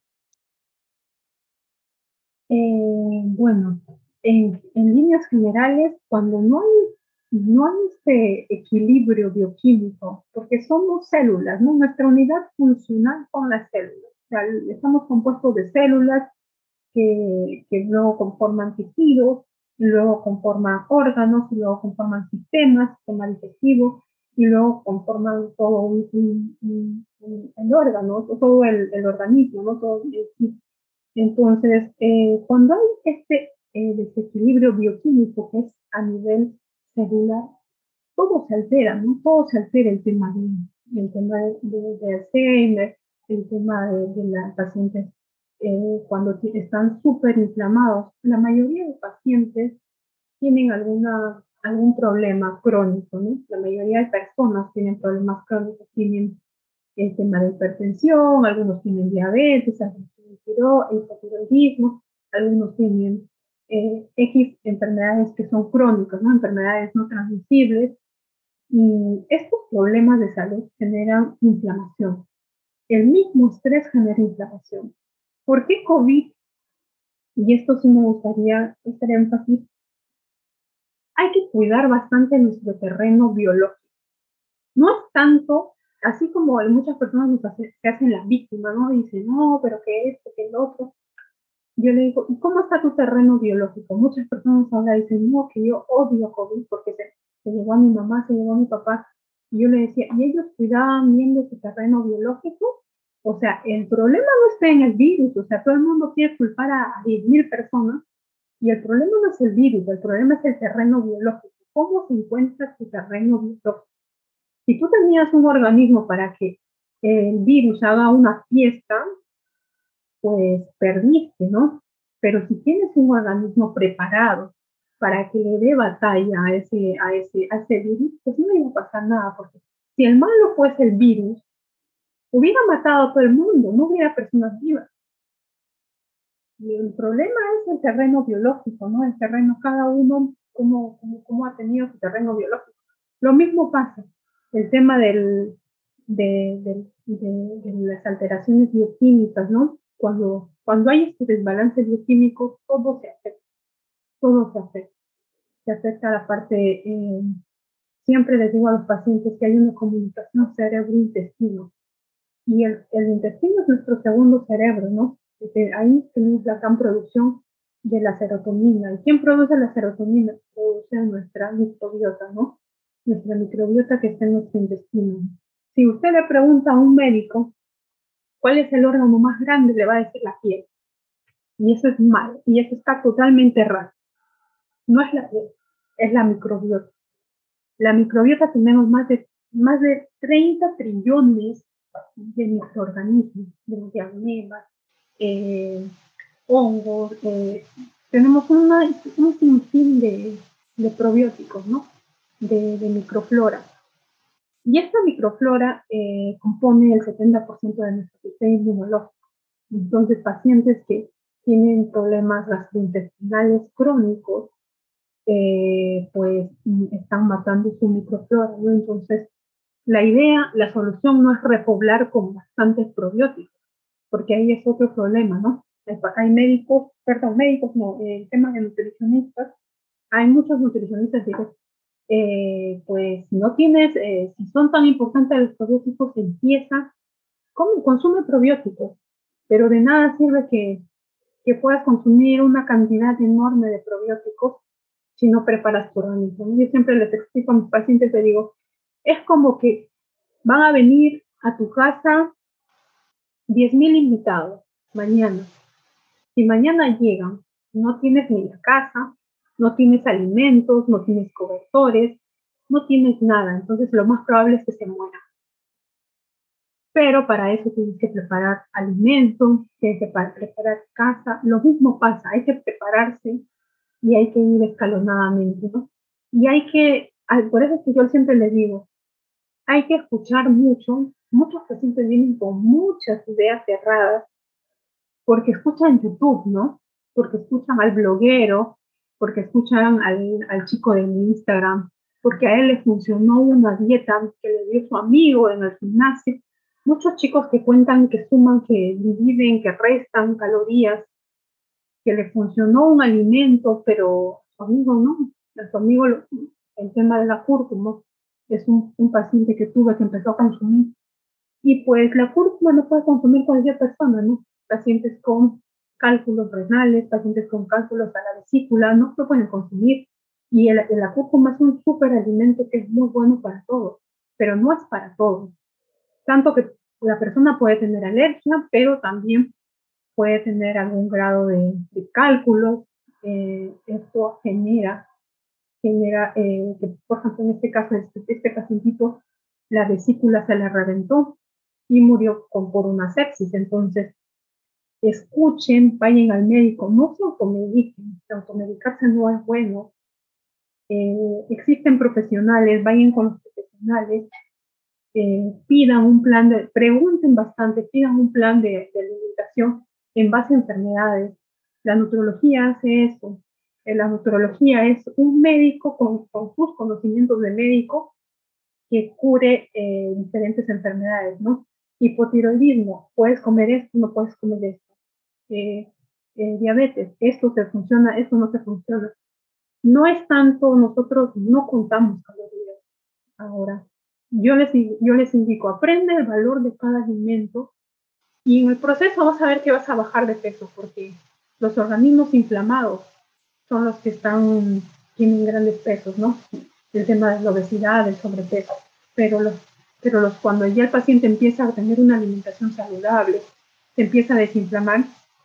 Eh, bueno, en, en líneas generales, cuando no hay, no hay este equilibrio bioquímico, porque somos células, ¿no? Nuestra unidad funcional son las células. O sea, estamos compuestos de células que, que luego conforman tejidos, y luego conforman órganos, y luego conforman sistemas, sistema digestivo, y luego conforman todo un, un, un, un el órgano, todo el, el organismo, ¿no? Todo el, entonces, eh, cuando hay este eh, desequilibrio bioquímico que es a nivel celular, todo se altera, ¿no? Todo se altera, el tema de, el tema de, de, de Alzheimer, el tema de, de las pacientes eh, cuando están súper inflamados. La mayoría de pacientes tienen alguna, algún problema crónico, ¿no? La mayoría de personas tienen problemas crónicos, tienen el tema de hipertensión, algunos tienen diabetes, algunos tienen hipotiroidismo, algunos tienen eh, X enfermedades que son crónicas, ¿no? Enfermedades no transmisibles. Y estos problemas de salud generan inflamación. El mismo estrés genera inflamación. ¿Por qué COVID? Y esto sí me gustaría hacer énfasis. Hay que cuidar bastante nuestro terreno biológico. No es tanto, así como muchas personas se hacen la víctima, ¿no? Dicen, no, pero que esto, que el otro. Yo le digo, ¿y cómo está tu terreno biológico? Muchas personas ahora dicen, no, que yo odio COVID porque se, se llevó a mi mamá, se llevó a mi papá. Y yo le decía, ¿y ellos cuidaban bien de su terreno biológico? O sea, el problema no está en el virus, o sea, todo el mundo quiere culpar a diez mil personas y el problema no es el virus, el problema es el terreno biológico. ¿Cómo se encuentra tu terreno biológico? Si tú tenías un organismo para que el virus haga una fiesta, pues perdiste, ¿no? Pero si tienes un organismo preparado para que le dé batalla a ese, a ese, a ese virus, pues no iba a pasar nada, porque si el malo fuese el virus, hubiera matado a todo el mundo, no hubiera personas vivas. Y el problema es el terreno biológico, ¿no? El terreno, cada uno, cómo, cómo, cómo ha tenido su terreno biológico. Lo mismo pasa, el tema del, de, de, de, de las alteraciones bioquímicas, ¿no? Cuando, cuando hay este desbalance bioquímico, todo se afecta, todo se afecta. Se afecta a la parte, eh, siempre les digo a los pacientes que hay una comunicación cerebro-intestino. Y el, el intestino es nuestro segundo cerebro, ¿no? Desde ahí tenemos la gran producción de la serotonina. ¿Y quién produce la serotonina? Produce nuestra microbiota, ¿no? Nuestra microbiota que está en nuestro intestino. Si usted le pregunta a un médico cuál es el órgano más grande, le va a decir la piel. Y eso es mal, y eso está totalmente errado. No es la piel, es la microbiota. La microbiota tenemos más de, más de treinta trillones de microorganismos, de amoebas, eh, hongos, eh, tenemos una, un sinfín de, de probióticos, ¿no? De, de microflora. Y esta microflora eh, compone el setenta por ciento de nuestro sistema inmunológico. Entonces, pacientes que tienen problemas gastrointestinales crónicos, eh, pues están matando su microflora, ¿no? Entonces, la idea, la solución no es repoblar con bastantes probióticos, porque ahí es otro problema, ¿no? Hay médicos, perdón, médicos, no, el tema de nutricionistas, hay muchos nutricionistas que dicen, eh, pues si no tienes, eh, si son tan importantes los probióticos, empieza, come, consume probióticos, pero de nada sirve que, que puedas consumir una cantidad enorme de probióticos si no preparas tu organismo. Yo siempre les explico a mis pacientes, les digo, es como que van a venir a tu casa diez mil invitados mañana. Si mañana llegan, no tienes ni la casa, no tienes alimentos, no tienes cobertores, no tienes nada. Entonces lo más probable es que se mueran. Pero para eso tienes que preparar alimentos, tienes que preparar casa. Lo mismo pasa, hay que prepararse y hay que ir escalonadamente, ¿no? Y hay que, por eso es que yo siempre les digo, hay que escuchar mucho. Muchos pacientes vienen con muchas ideas cerradas porque escuchan YouTube, ¿no? Porque escuchan al bloguero, porque escuchan al, al chico de Instagram, porque a él le funcionó una dieta que le dio su amigo en el gimnasio. Muchos chicos que cuentan, que suman, que dividen, que restan calorías, que le funcionó un alimento, pero su amigo no. A su amigo, el tema de la cúrcuma, es un, un paciente que tuve que empezó a consumir. Y pues la cúrcuma no puede consumir cualquier persona, ¿no? Pacientes con cálculos renales, pacientes con cálculos a la vesícula, no se pueden consumir. Y el, la cúrcuma es un súper alimento que es muy bueno para todos, pero no es para todos. Tanto que la persona puede tener alergia, pero también puede tener algún grado de, de cálculos. Eh, esto genera, genera eh, que, por ejemplo, en este caso, este, este pacientito, la vesícula se le reventó y murió con, por una sepsis. Entonces, escuchen, vayan al médico, no se automediquen, automedicarse no es bueno. Eh, existen profesionales, vayan con los profesionales, eh, pidan un plan de, pregunten bastante, pidan un plan de, de alimentación en base a enfermedades. La nutrología hace eso. Eh, la nutrología es un médico con, con sus conocimientos de médico que cure eh, diferentes enfermedades, ¿no? Hipotiroidismo, puedes comer esto, no puedes comer esto. Eh, eh, diabetes, esto te funciona, esto no te funciona. No es tanto, nosotros no contamos calorías ahora. Yo les, yo les indico, aprende el valor de cada alimento y en el proceso vas a ver que vas a bajar de peso porque los organismos inflamados son los que están, tienen grandes pesos, ¿no? El tema de la obesidad, el sobrepeso. Pero, los, pero los, cuando ya el paciente empieza a tener una alimentación saludable, se empieza a desinflamar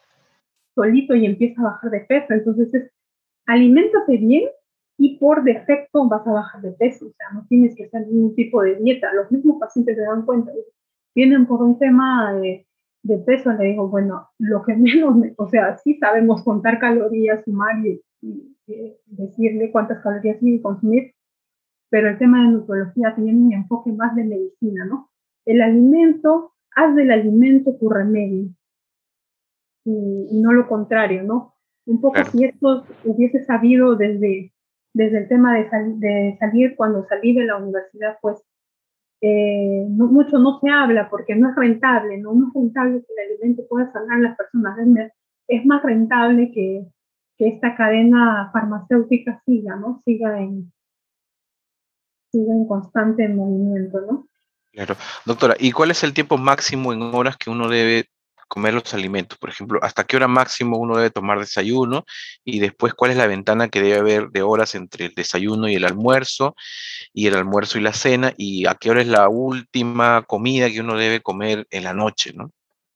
solito y empieza a bajar de peso. Entonces es, aliméntate bien y por defecto vas a bajar de peso. O sea, no tienes que hacer ningún tipo de dieta. Los mismos pacientes se dan cuenta. Vienen por un tema de, de peso, le digo, bueno, lo que menos, o sea, sí sabemos contar calorías, sumar y, y, y decirle cuántas calorías tiene que consumir, pero el tema de nutrología tiene un enfoque más de medicina, ¿no? El alimento, haz del alimento tu remedio y, y no lo contrario, ¿no? Un poco Claro. si esto hubiese sabido desde, desde el tema de, sal, de salir, cuando salí de la universidad, pues eh, no, mucho no se habla porque no es rentable, ¿no? No es rentable que el alimento pueda sanar a las personas. Es, es más rentable que, que esta cadena farmacéutica siga, ¿no? Siga en, siga en constante movimiento, ¿no? Claro. Doctora, ¿y cuál es el tiempo máximo en horas que uno debe comer los alimentos? Por ejemplo, ¿hasta qué hora máximo uno debe tomar desayuno? Y después, ¿cuál es la ventana que debe haber de horas entre el desayuno y el almuerzo, y el almuerzo y la cena? ¿Y a qué hora es la última comida que uno debe comer en la noche, no?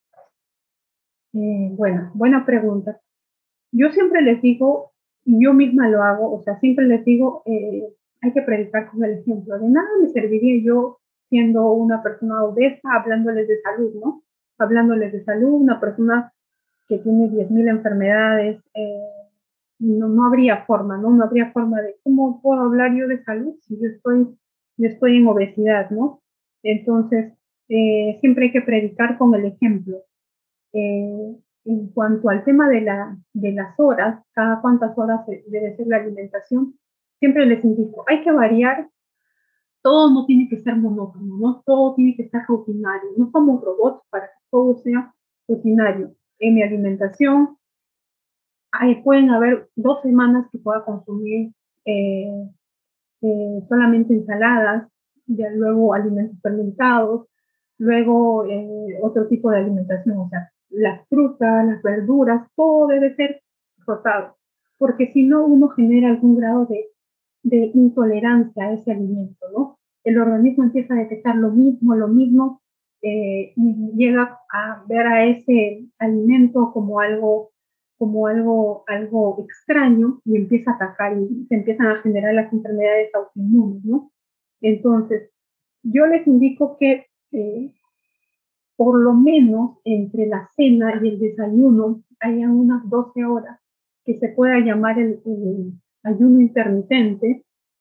Eh, bueno, buena pregunta. Yo siempre les digo, y yo misma lo hago, o sea, siempre les digo, eh, hay que predicar con el ejemplo. De nada me serviría yo siendo una persona obesa hablándoles de salud, ¿no? Hablándoles de salud, una persona que tiene diez mil enfermedades, eh, no, no habría forma, ¿no? No habría forma de cómo puedo hablar yo de salud si yo estoy, yo estoy en obesidad, ¿no? Entonces, eh, siempre hay que predicar con el ejemplo. Eh, en cuanto al tema de, la, de las horas, cada cuántas horas debe ser la alimentación, siempre les indico, hay que variar, todo no tiene que ser monótono, no todo tiene que ser rutinario, no somos robots para que todo sea rutinario. En mi alimentación hay, pueden haber dos semanas que pueda consumir eh, eh, solamente ensaladas, ya luego alimentos fermentados, luego eh, otro tipo de alimentación, o sea, las frutas, las verduras, todo debe ser rotado, porque si no uno genera algún grado de, de intolerancia a ese alimento, ¿no? El organismo empieza a detectar lo mismo, lo mismo, eh, y llega a ver a ese alimento como algo como algo, algo extraño y empieza a atacar y se empiezan a generar las enfermedades autoinmunes, ¿no? Entonces, yo les indico que eh, por lo menos entre la cena y el desayuno hayan unas doce horas que se pueda llamar el, el ayuno intermitente,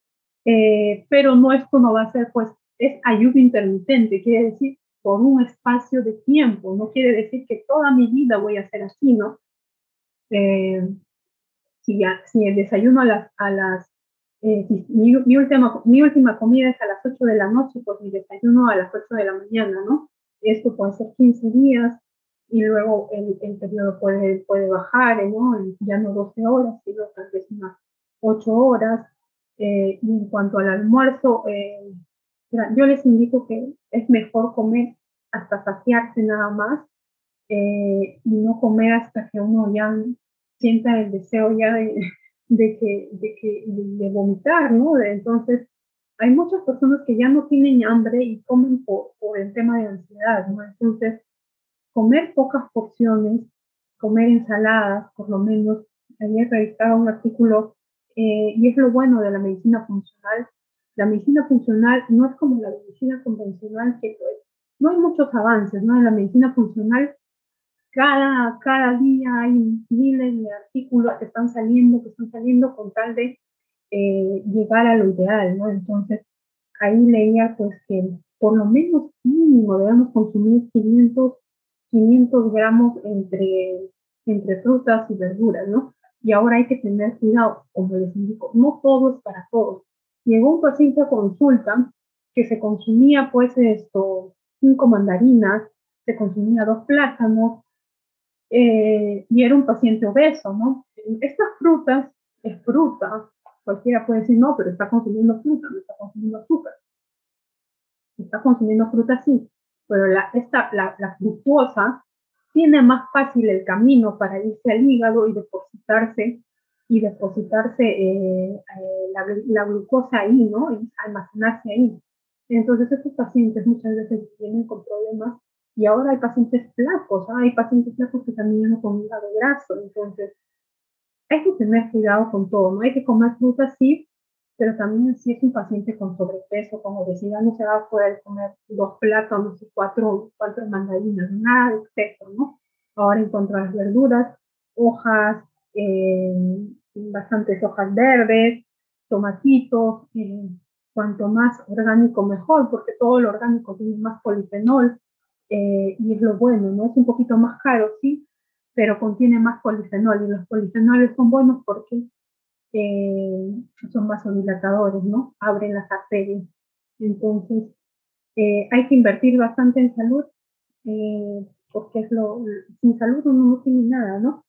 Eh, pero no, esto no va a ser, pues, es ayuno intermitente, quiere decir por un espacio de tiempo, no quiere decir que toda mi vida voy a ser así, ¿no? Eh, si, ya, si el desayuno a las, a las eh, si mi, mi, última, mi última comida es a las ocho de la noche, pues mi desayuno a las ocho de la mañana, ¿no? Esto puede ser quince días y luego el, el periodo puede, puede bajar, ¿no? Ya no doce horas, sino tal vez unas ocho horas. Eh, y en cuanto al almuerzo, eh, yo les indico que es mejor comer hasta saciarse nada más eh, y no comer hasta que uno ya sienta el deseo ya de, de que, de, que, de, de vomitar, ¿no? De, entonces, hay muchas personas que ya no tienen hambre y comen por, por el tema de ansiedad, ¿no? Entonces, comer pocas porciones, comer ensaladas, por lo menos, ayer revisaba un artículo, eh, y es lo bueno de la medicina funcional. La medicina funcional no es como la medicina convencional, que pues, no hay muchos avances, ¿no? En la medicina funcional cada, cada día hay miles de artículos que están saliendo, que están saliendo con tal de eh, llegar a lo ideal, ¿no? Entonces, ahí leía pues que por lo menos mínimo debemos consumir quinientos, quinientos gramos entre, entre frutas y verduras, ¿no? Y ahora hay que tener cuidado, como les indico, no todo es para todos. Llegó un paciente a consulta que se consumía pues esto, cinco mandarinas, se consumía dos plátanos, eh, y era un paciente obeso, ¿no? Estas frutas es fruta, cualquiera puede decir, no, pero está consumiendo fruta, no está consumiendo azúcar, está consumiendo fruta sí, pero la, esta, la, la fructuosa tiene más fácil el camino para irse al hígado y depositarse y depositarse eh, eh, la, la, glucosa ahí, ¿no? Y almacenarse ahí. Entonces estos pacientes muchas veces vienen con problemas y ahora hay pacientes flacos, ¿eh? Hay pacientes flacos que también vienen con hígado graso, entonces hay que tener cuidado con todo, ¿no? Hay que comer frutas sí, pero también si es un paciente con sobrepeso, con obesidad, no se va a poder comer dos plátanos y cuatro, cuatro mandarinas, nada de exceso, ¿no? Ahora en cuanto a las verduras, hojas, eh, bastantes hojas verdes, tomatitos, eh, cuanto más orgánico mejor, porque todo lo orgánico tiene más polifenol, eh, y es lo bueno, ¿no? Es un poquito más caro, sí, pero contiene más polifenol, y los polifenoles son buenos porque eh, son vasodilatadores, ¿no? Abren las arterias. Entonces, eh, hay que invertir bastante en salud, eh, porque es lo, sin salud uno no tiene nada, ¿no?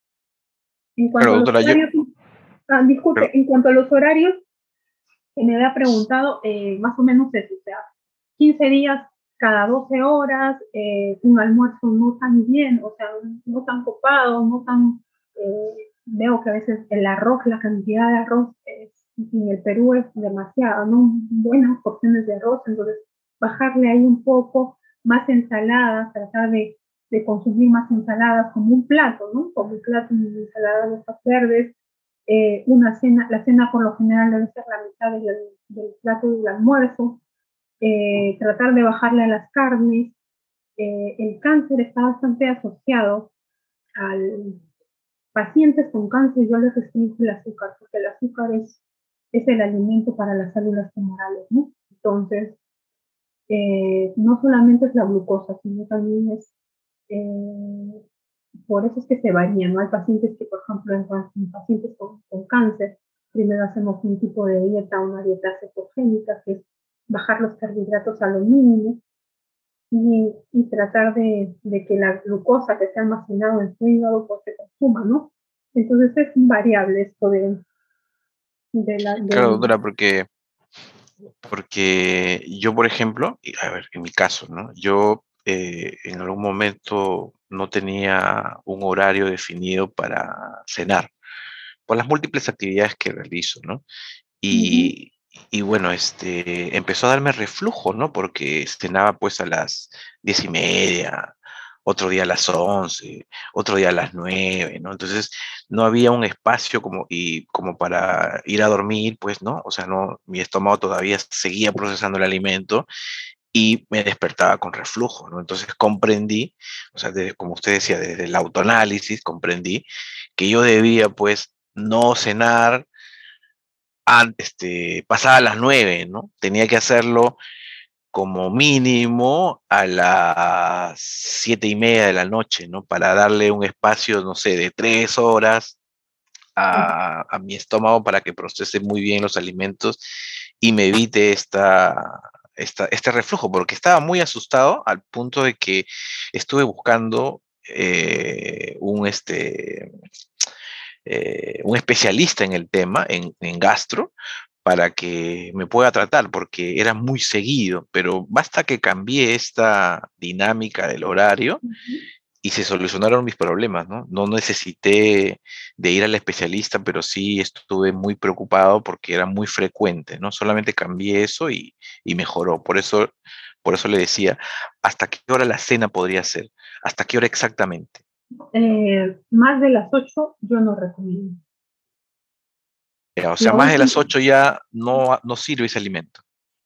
En cuanto Claro, a los doctora, yo, horarios, ah, pero, disculpe, en cuanto a los horarios, que me había preguntado, eh, más o menos eso, o sea, quince días cada doce horas, eh, un almuerzo no tan bien, o sea, no tan copado, no tan... Eh, veo que a veces el arroz, la cantidad de arroz es, en el Perú es demasiado, ¿no? Buenas porciones de arroz, entonces bajarle ahí un poco, más ensaladas, tratar de, de consumir más ensaladas como un plato, ¿no? Como un plato de ensaladas de hojas verdes, eh, una cena, la cena por lo general debe ser la mitad del, del plato del almuerzo, eh, tratar de bajarle a las carnes. Eh, el cáncer está bastante asociado al pacientes con cáncer, yo les restringo el azúcar, porque el azúcar es, es el alimento para las células tumorales, ¿no? Entonces, eh, no solamente es la glucosa, sino también es, eh, por eso es que se varía, ¿no? Hay pacientes que, por ejemplo, en, en pacientes con, con cáncer, primero hacemos un tipo de dieta, una dieta cetogénica, que es bajar los carbohidratos a lo mínimo, y, y tratar de, de, que la glucosa que se ha almacenado en su hígado pues se consuma, ¿no? Entonces es variable esto de, de la... claro, De, doctora, porque, porque yo, por ejemplo, y a ver, en mi caso, ¿no? Yo eh, en algún momento no tenía un horario definido para cenar, por las múltiples actividades que realizo, ¿no? uh -huh. Y, y bueno, este, empezó a darme reflujo, ¿no? Porque cenaba pues a las diez y media, otro día a las once, otro día a las nueve, ¿no? Entonces no había un espacio como, y, como para ir a dormir, pues, ¿no? O sea, no, mi estómago todavía seguía procesando el alimento y me despertaba con reflujo, ¿no? Entonces comprendí, o sea, desde, como usted decía, desde el autoanálisis comprendí que yo debía pues no cenar antes, este, pasada las nueve, ¿no? Tenía que hacerlo como mínimo a las siete y media de la noche, ¿no? Para darle un espacio, no sé, de tres horas a, a mi estómago para que procese muy bien los alimentos y me evite esta, esta, este reflujo, porque estaba muy asustado al punto de que estuve buscando eh, un, este, eh, un especialista en el tema, en, en gastro, para que me pueda tratar, porque era muy seguido, pero basta que cambié esta dinámica del horario Ujú. y se solucionaron mis problemas, ¿no? No necesité de ir al especialista, pero sí estuve muy preocupado porque era muy frecuente, ¿no? Solamente cambié eso y, y mejoró. Por eso, por eso le decía, ¿hasta qué hora la cena podría ser? ¿Hasta qué hora exactamente? Eh, más de las ocho yo no recomiendo. Ya, o sea, La más de las última, ocho ya no, no sirve ese alimento.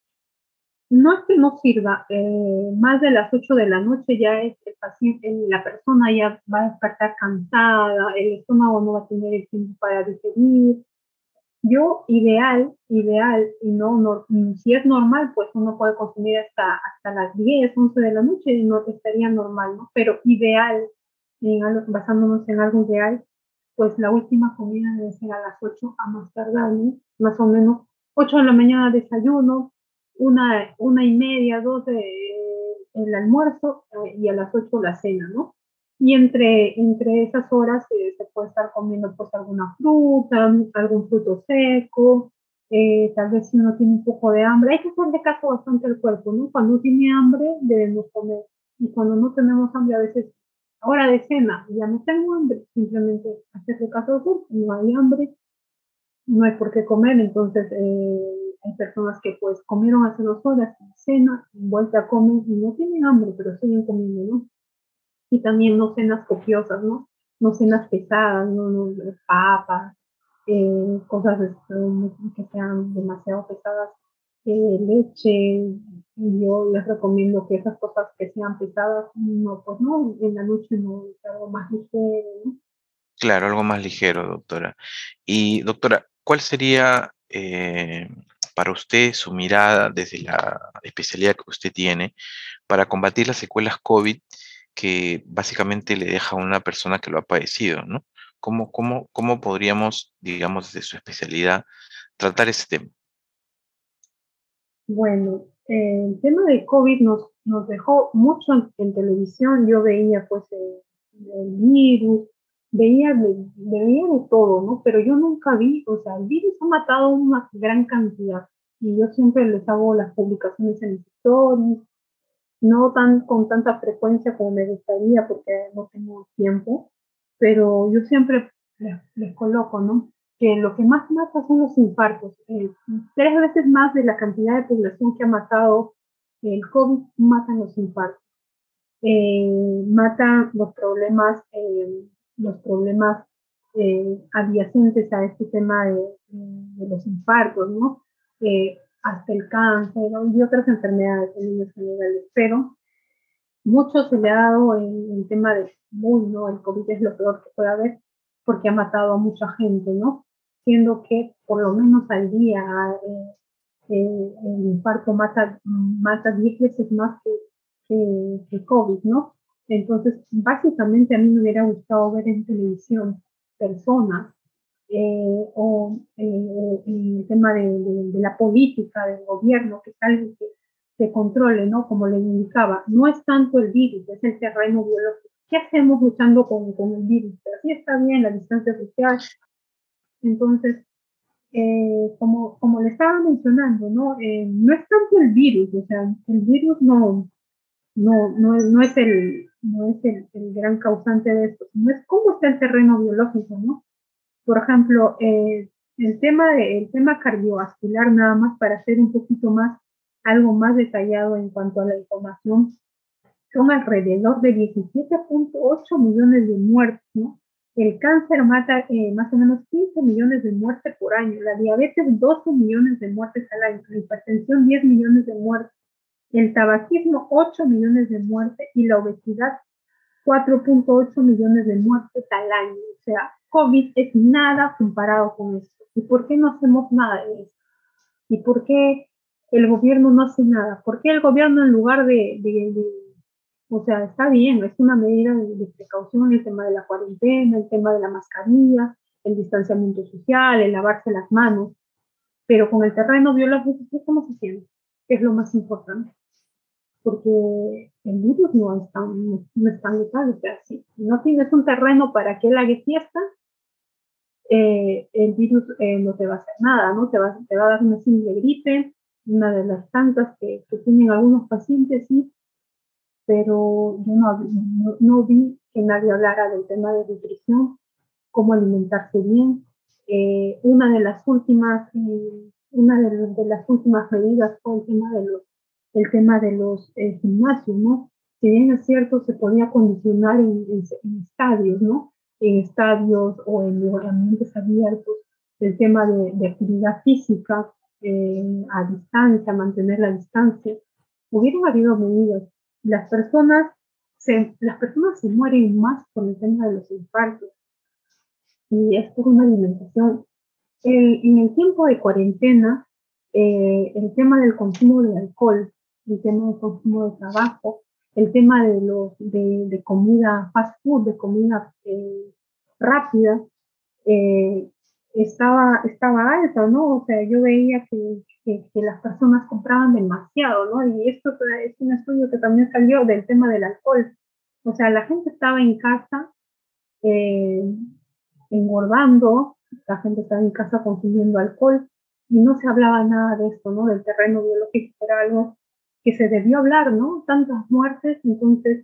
no es que no sirva, eh, más de las ocho de la noche ya es el paciente, la persona ya va a estar cansada, el estómago no va a tener el tiempo para digerir. Yo, ideal, ideal, y no, no, si es normal, pues uno puede consumir hasta, hasta las diez once de la noche y no estaría normal, ¿no? Pero ideal, en algo, basándonos en algo ideal, pues la última comida debe ser a las ocho a más tardar, ¿no? Más o menos ocho de la mañana desayuno, una, una y media, dos de, el almuerzo eh, y a las ocho la cena, ¿no? Y entre, entre esas horas eh, se puede estar comiendo pues alguna fruta, algún fruto seco, eh, tal vez si uno tiene un poco de hambre, hay que hacerle caso bastante al cuerpo, ¿no? Cuando tiene hambre debemos comer y cuando no tenemos hambre a veces, hora de cena, ya no tengo hambre, simplemente hacerle caso al cuerpo, no hay hambre, no hay por qué comer, entonces eh, hay personas que pues comieron hace dos horas, cena, vuelta a comer y no tienen hambre, pero siguen comiendo, ¿no? Y también no cenas copiosas, ¿no? No cenas pesadas, no, no papas, eh, cosas este, que sean demasiado pesadas, eh, leche. Yo les recomiendo que esas cosas que sean pesadas, no, pues no, en la noche no, es algo más ligero, ¿no? Claro, algo más ligero, doctora. Y doctora, ¿cuál sería eh, para usted su mirada desde la especialidad que usted tiene para combatir las secuelas COVID que básicamente le deja a una persona que lo ha padecido, ¿no? ¿Cómo, cómo, cómo podríamos, digamos, desde su especialidad, tratar ese tema? Bueno, eh, el tema de COVID nos, nos dejó mucho en, en televisión. Yo veía pues el, el virus, veía de, veía de todo, ¿no? Pero yo nunca vi, o sea, el virus ha matado una gran cantidad. Y yo siempre les hago las publicaciones en mis stories, no tan con tanta frecuencia como me gustaría porque no tengo tiempo, pero yo siempre les, les coloco, ¿no? Que lo que más mata son los infartos. Eh, tres veces más de la cantidad de población que ha matado el COVID matan los infartos. Eh, matan los problemas, eh, los problemas eh, adyacentes a este tema de, de los infartos, ¿no? Eh, hasta el cáncer, ¿no? Y otras enfermedades en líneas generales, pero mucho se le ha dado en el tema de, uy, no, el COVID es lo peor que puede haber porque ha matado a mucha gente, ¿no? Siendo que por lo menos al día eh, eh, el infarto mata, mata diez veces más que, que, que COVID, ¿no? Entonces, básicamente a mí me hubiera gustado ver en televisión personas eh, o eh, el tema de, de, de, la política, del gobierno, que salga que se controle, ¿no? Como le indicaba, no es tanto el virus, es el terreno biológico. ¿Qué hacemos luchando con, con el virus? Pero sí está bien la distancia social. Entonces, eh, como, como le estaba mencionando, ¿no? Eh, no es tanto el virus, o sea, el virus no, no, no, es, no es, el, no es el, el gran causante de esto, sino es cómo está el terreno biológico, ¿no? Por ejemplo, eh, el, tema de, el tema cardiovascular, nada más para hacer un poquito más, algo más detallado en cuanto a la información, son alrededor de diecisiete punto ocho millones de muertes, ¿no? El cáncer mata eh, más o menos quince millones de muertes por año, la diabetes doce millones de muertes al año, la hipertensión diez millones de muertes, el tabaquismo ocho millones de muertes y la obesidad cuatro punto ocho millones de muertes al año. O sea, COVID es nada comparado con esto. ¿Y por qué no hacemos nada de eso? ¿Y por qué el gobierno no hace nada? ¿Por qué el gobierno en lugar de, de, de o sea, está bien, es una medida de, de precaución el tema de la cuarentena, el tema de la mascarilla, el distanciamiento social, el lavarse las manos, pero con el terreno biológico, ¿qué estamos haciendo? ¿Qué es lo más importante? Porque el virus no es tan, no es tan letal, o sea, si no tienes un terreno para que él haga fiesta, eh, el virus eh, no te va a hacer nada, ¿no? Te va, te va a dar una simple gripe, una de las tantas que, que tienen algunos pacientes, sí, pero yo no, no, no vi que nadie hablara del tema de nutrición, cómo alimentarse bien. Eh, una de las últimas, eh, una de, de, las últimas medidas fue el tema de los, el tema de los eh, gimnasios, ¿no? Si bien es cierto, se podía condicionar en, en, en estadios, ¿no? En estadios o en ambientes abiertos, el tema de, de actividad física eh, a distancia, mantener la distancia. Hubieran habido medidas. Las personas se, las personas se mueren más por el tema de los infartos y es por una alimentación. El, en el tiempo de cuarentena, eh, el tema del consumo de alcohol, el tema del consumo de tabaco, el tema de, los, de, de comida fast food, de comida eh, rápida, eh, estaba, estaba alto, ¿no? O sea, yo veía que, que, que, las personas compraban demasiado, ¿no? Y esto es un estudio que también salió del tema del alcohol. O sea, la gente estaba en casa eh, engordando, la gente estaba en casa consumiendo alcohol y no se hablaba nada de esto, ¿no? Del terreno biológico, era algo que se debió hablar, ¿no? Tantas muertes, entonces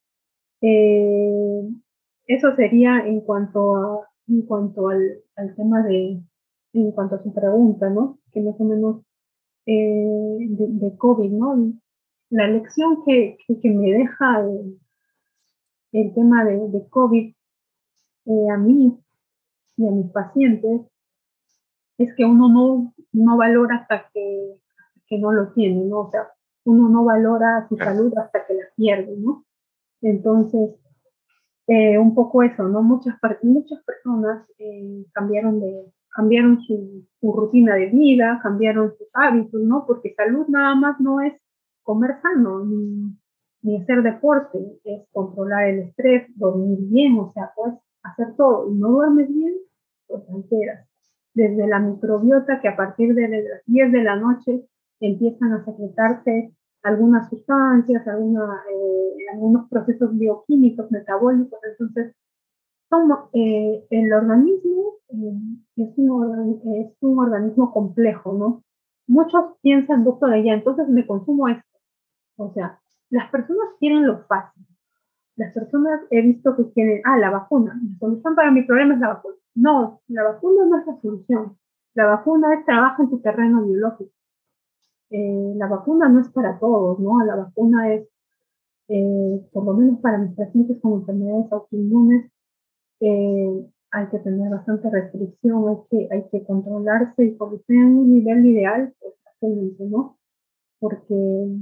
eh, eso sería en cuanto a, en cuanto al, al tema de, en cuanto a su pregunta, ¿no? Que más o menos eh, de, de COVID, ¿no? La lección que, que, que me deja el, el tema de, de COVID eh, a mí y a mis pacientes es que uno no, no valora hasta que, que no lo tiene, ¿no? O sea, uno no valora su Claro. salud hasta que la pierde, ¿no? Entonces, eh, un poco eso, ¿no? Muchas, muchas personas eh, cambiaron, de, cambiaron su, su rutina de vida, cambiaron sus hábitos, ¿no? Porque salud nada más no es comer sano, ni, ni hacer deporte, es controlar el estrés, dormir bien, o sea, puedes hacer todo. Y no duermes bien, pues te alteras. Desde la microbiota, que a partir de las diez de la noche empiezan a secretarse algunas sustancias, alguna, eh, algunos procesos bioquímicos, metabólicos. Entonces, como, eh, el organismo eh, es, un, es un organismo complejo, ¿no? Muchos piensan, doctora, ya, entonces me consumo esto. O sea, las personas quieren lo fácil. Las personas he visto que quieren, ah, la vacuna, la solución para mi problema es la vacuna. No, la vacuna no es la solución. La vacuna es trabajo en tu terreno biológico. Eh, la vacuna no es para todos, ¿no? La vacuna es, eh, por lo menos para mis pacientes con enfermedades autoinmunes, eh, hay que tener bastante restricción, hay que, hay que controlarse y cuando esté en un nivel ideal, pues hacerlo, ¿no? Porque,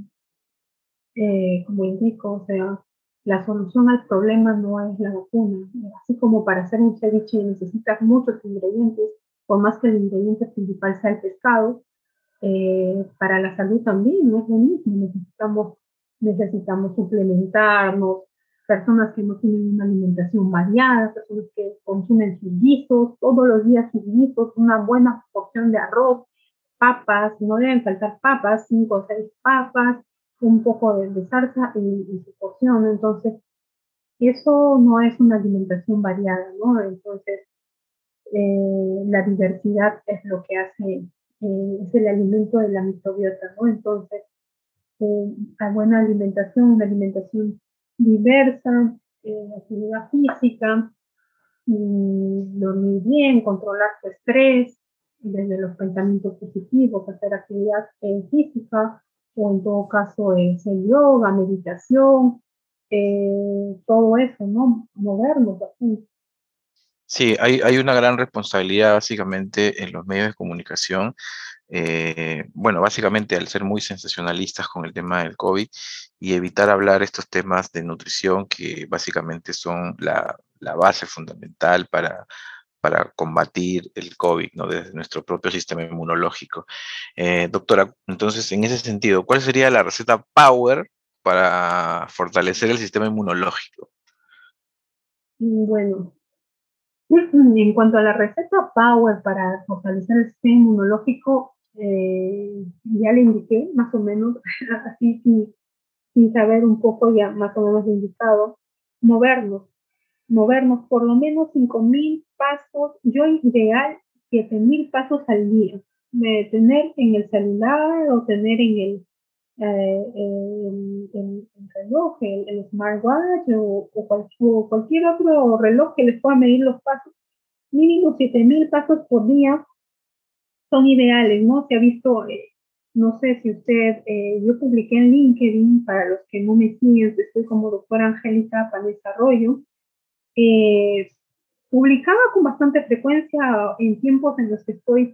eh, como indico, o sea, la solución al problema no es la vacuna. Así como para hacer un ceviche necesitas muchos ingredientes, por más que el ingrediente principal sea el pescado, eh, para la salud también no es lo mismo. Necesitamos, necesitamos suplementarnos, personas que no tienen una alimentación variada, personas que consumen sus guisos, todos los días sus guisos, una buena porción de arroz, papas, no deben faltar papas, cinco o seis papas, un poco de, de salsa y, y su porción. Entonces, eso no es una alimentación variada, ¿no? Entonces, eh, la diversidad es lo que hace, eh, es el alimento de la microbiota, ¿no? Entonces, eh, a buena alimentación, una alimentación diversa, eh, actividad física, y dormir bien, controlar su estrés, desde los pensamientos positivos, hacer actividad eh, física, o en todo caso eh, hacer yoga, meditación, eh, todo eso, ¿no? Movernos así. Sí, hay, hay una gran responsabilidad básicamente en los medios de comunicación eh, bueno, básicamente al ser muy sensacionalistas con el tema del COVID y evitar hablar estos temas de nutrición que básicamente son la, la base fundamental para, para combatir el COVID, ¿no? Desde nuestro propio sistema inmunológico. Eh, doctora, entonces, en ese sentido, ¿cuál sería la receta Power para fortalecer el sistema inmunológico? Bueno, en cuanto a la receta Power para fortalecer el sistema inmunológico, eh, ya le indiqué más o menos, así sin, sin saber un poco ya más o menos indicado, movernos, movernos por lo menos cinco mil pasos, yo ideal siete mil pasos al día, de tener en el celular o tener en el, eh, el, el, el reloj, el, el smartwatch o, o, cual, o cualquier otro reloj que les pueda medir los pasos, mínimo siete mil pasos por día son ideales, ¿no? Se ha visto, eh, no sé si usted, eh, yo publiqué en LinkedIn, para los que no me siguen, estoy como doctora Angélica Panessa Arroyo, eh, publicaba con bastante frecuencia en tiempos en los que estoy,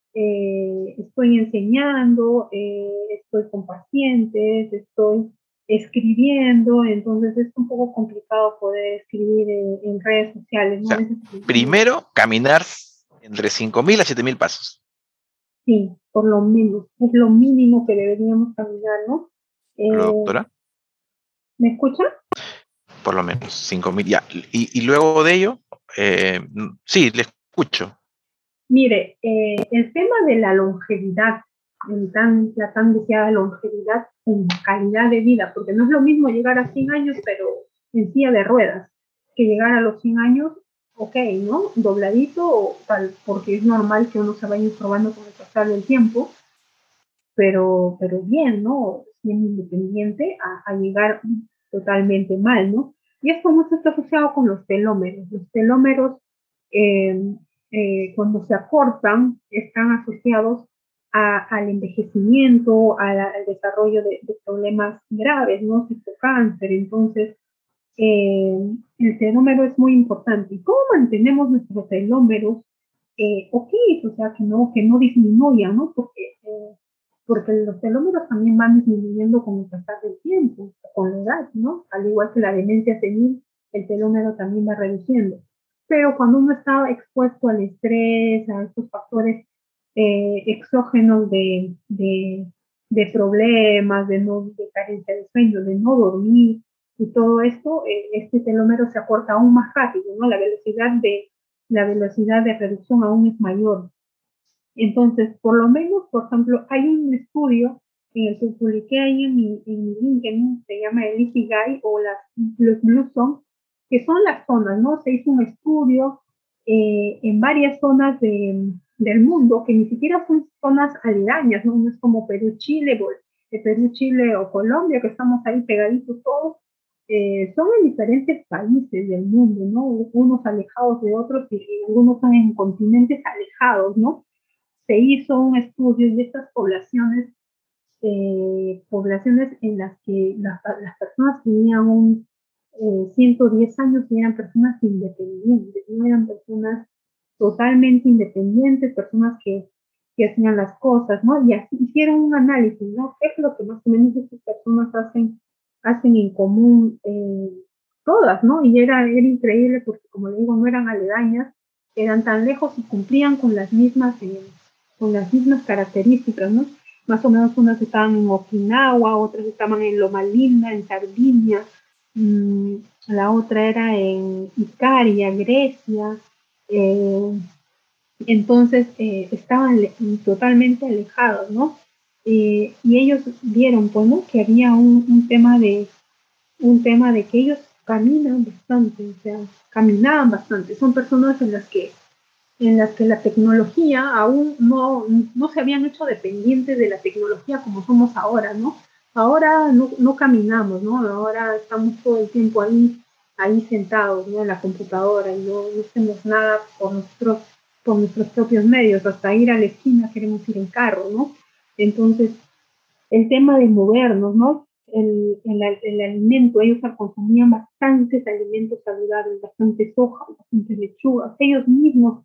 eh, estoy enseñando, eh, estoy con pacientes, estoy escribiendo, entonces es un poco complicado poder escribir en, en redes sociales, O ¿no? sea, Es, primero, caminar entre cinco mil a siete mil pasos. sí, por lo menos, es lo mínimo que deberíamos caminar, ¿no? ¿Lo, Eh, doctora? ¿Me escuchan? Por lo menos cinco mil, ya. Y, y luego de ello, eh, sí, le escucho. Mire, eh, el tema de la longevidad, el tan, la tan deseada longevidad en calidad de vida, porque no es lo mismo llegar a cien años, pero en silla de ruedas, que llegar a los cien años, ok, ¿no? Dobladito, o tal, porque es normal que uno se vaya probando con el pasar del tiempo, pero, pero bien, ¿no? Siendo independiente a, a llegar totalmente mal, ¿no? Y esto no está asociado con los telómeros. Los telómeros, eh, eh, cuando se acortan, están asociados a, al envejecimiento, a la, al desarrollo de, de, problemas graves, ¿no? Tipo cáncer. Entonces, eh, el telómero es muy importante. ¿Y cómo mantenemos nuestros telómeros? Eh, ok, o sea, que no, que no disminuyan, ¿no? Porque eh, porque los telómeros también van disminuyendo con el pasar del tiempo, con la edad, ¿no? Al igual que la demencia senil, el telómero también va reduciendo. Pero cuando uno está expuesto al estrés, a estos factores eh, exógenos de, de, de, problemas, de, no, de carencia de sueño, de no dormir y todo esto, eh, este telómero se acorta aún más rápido, ¿no? La velocidad de, la velocidad de reducción aún es mayor. Entonces, por lo menos, por ejemplo, hay un estudio en el que publiqué ahí en mi, en mi LinkedIn, se llama el Ikigai o las, los Blue Zones, que son las zonas, ¿no? Se hizo un estudio eh, en varias zonas de, del mundo, que ni siquiera son zonas aledañas, ¿no? No es como Perú, Chile, de Perú, Chile o Colombia, que estamos ahí pegaditos todos, eh, son en diferentes países del mundo, ¿no? Unos alejados de otros y, y algunos son en continentes alejados, ¿no? Se hizo un estudio y estas poblaciones, eh, poblaciones en las que las, las personas tenían un eh, ciento diez años y eran personas independientes, no eran personas totalmente independientes, personas que, que hacían las cosas, ¿no? Y así hicieron un análisis, ¿no? ¿Qué es lo que más o menos estas personas hacen, hacen en común? Eh, todas, ¿no? Y era, era increíble porque, como le digo, no eran aledañas, eran tan lejos y cumplían con las mismas eh, con las mismas características, ¿no? Más o menos unas estaban en Okinawa, otras estaban en Loma Linda, en Sardinia, mmm, la otra era en Icaria, Grecia, eh, entonces eh, estaban totalmente alejados, ¿no? Eh, y ellos vieron, pues, ¿no? Que había un, un tema de un tema de que ellos caminan bastante, o sea, caminaban bastante. Son personas en las que en las que la tecnología aún no, no se habían hecho dependientes de la tecnología como somos ahora, ¿no? Ahora no, no caminamos, ¿no? Ahora estamos todo el tiempo ahí, ahí sentados, ¿no? En la computadora y no, no hacemos nada por nuestros, por nuestros propios medios, hasta ir a la esquina queremos ir en carro, ¿no? Entonces, el tema de movernos, ¿no? El, el, el alimento, ellos consumían bastantes alimentos saludables, bastante soja, bastantes lechugas, ellos mismos